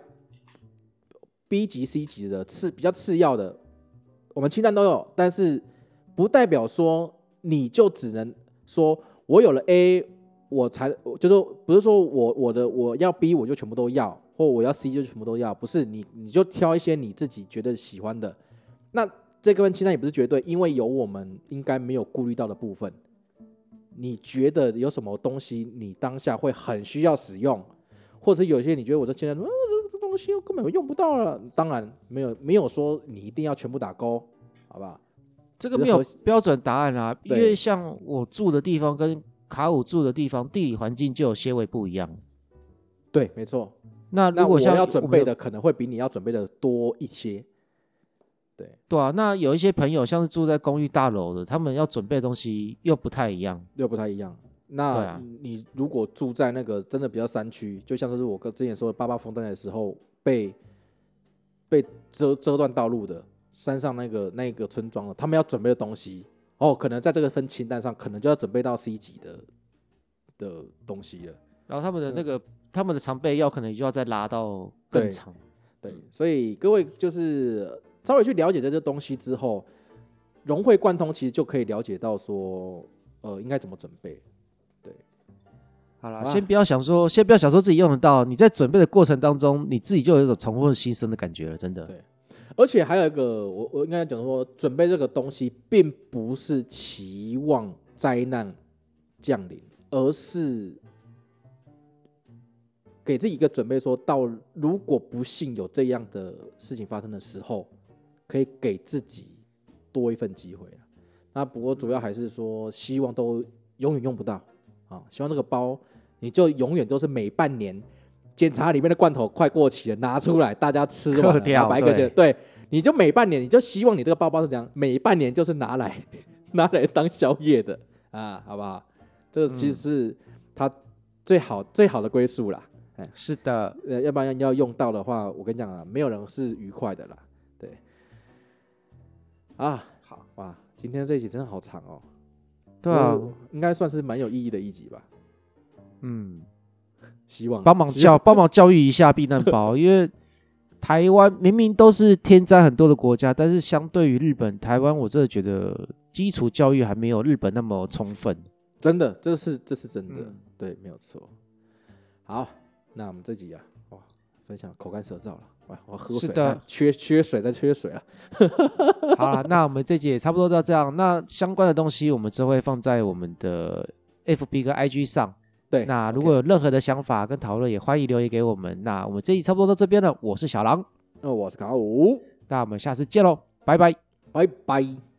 B 级、C 级的比较次要的，我们清单都有，但是不代表说你就只能说我有了 A。就说不是说我要 B 我就全部都要，或我要 C 就全部都要，不是你就挑一些你自己觉得喜欢的。那这个清单也不是绝对，因为有我们应该没有顾虑到的部分。你觉得有什么东西你当下会很需要使用，或者有些你觉得我这清单这东西我根本用不到了，当然没有说你一定要全部打勾，好不好？ 这个没有标准答案啊，因为像我住的地方跟卡武住的地方，地理环境就有些微不一样。 对，没错。 那如果像我要准备的可能会比你要准备的多一些。 对啊，那有一些朋友像是住在公寓大楼的，他们要准备的东西又不太一样。 那你如果住在那个真的比较山区，就像是我之前说的88风灾的时候被遮断道路的山上那个村庄了，他们要准备的东西可能在这个分清单上，可能就要准备到 C 级的东西了。 然后他们的常备药可能就要再拉到更长。 对，所以各位就是稍微去了解这些东西之后，融会贯通，其实就可以了解到说，应该怎么准备。对， 好啦，先不要想说自己用得到，你在准备的过程当中，你自己就有一种重获新生的感觉了，真的。 对，而且还有一个，我应该讲说，准备这个东西，并不是期望灾难降临，而是给自己一个准备，说到如果不幸有这样的事情发生的时候，可以给自己多一份机会。那不过主要还是说，希望都永远用不到啊！希望这个包你就永远都是每半年检查里面的罐头快过期了，拿出来大家吃完了，然后把一个对，你就每半年你就希望你这个包包是这样，每半年就是拿来当宵夜的啊，好不好？这个其实是它最好的归宿啦。 是的， 要不然要用到的话，我跟你讲啊，没有人是愉快的啦。对，好哇，今天这一集真的好长哦。 对啊， 应该算是蛮有意义的一集吧。希望帮忙教育一下避难包，因为台湾明明都是天灾很多的国家，但是相对于日本，台湾我真的觉得基础教育还没有日本那么充分。 真的，这是真的，对，没有错。好。那我们这集分享口干舌燥了，我喝水， 是的， 缺水再缺水了。 好了，那我们这集也差不多到这样。那相关的东西我们只会放在我们的 FB 跟 IG 上。 对， 那如果有任何的想法跟讨论，也欢迎留言给我们。那我们这集差不多到这边了，我是小狼， 我是卡五， 那我们下次见喽，拜拜， 拜拜。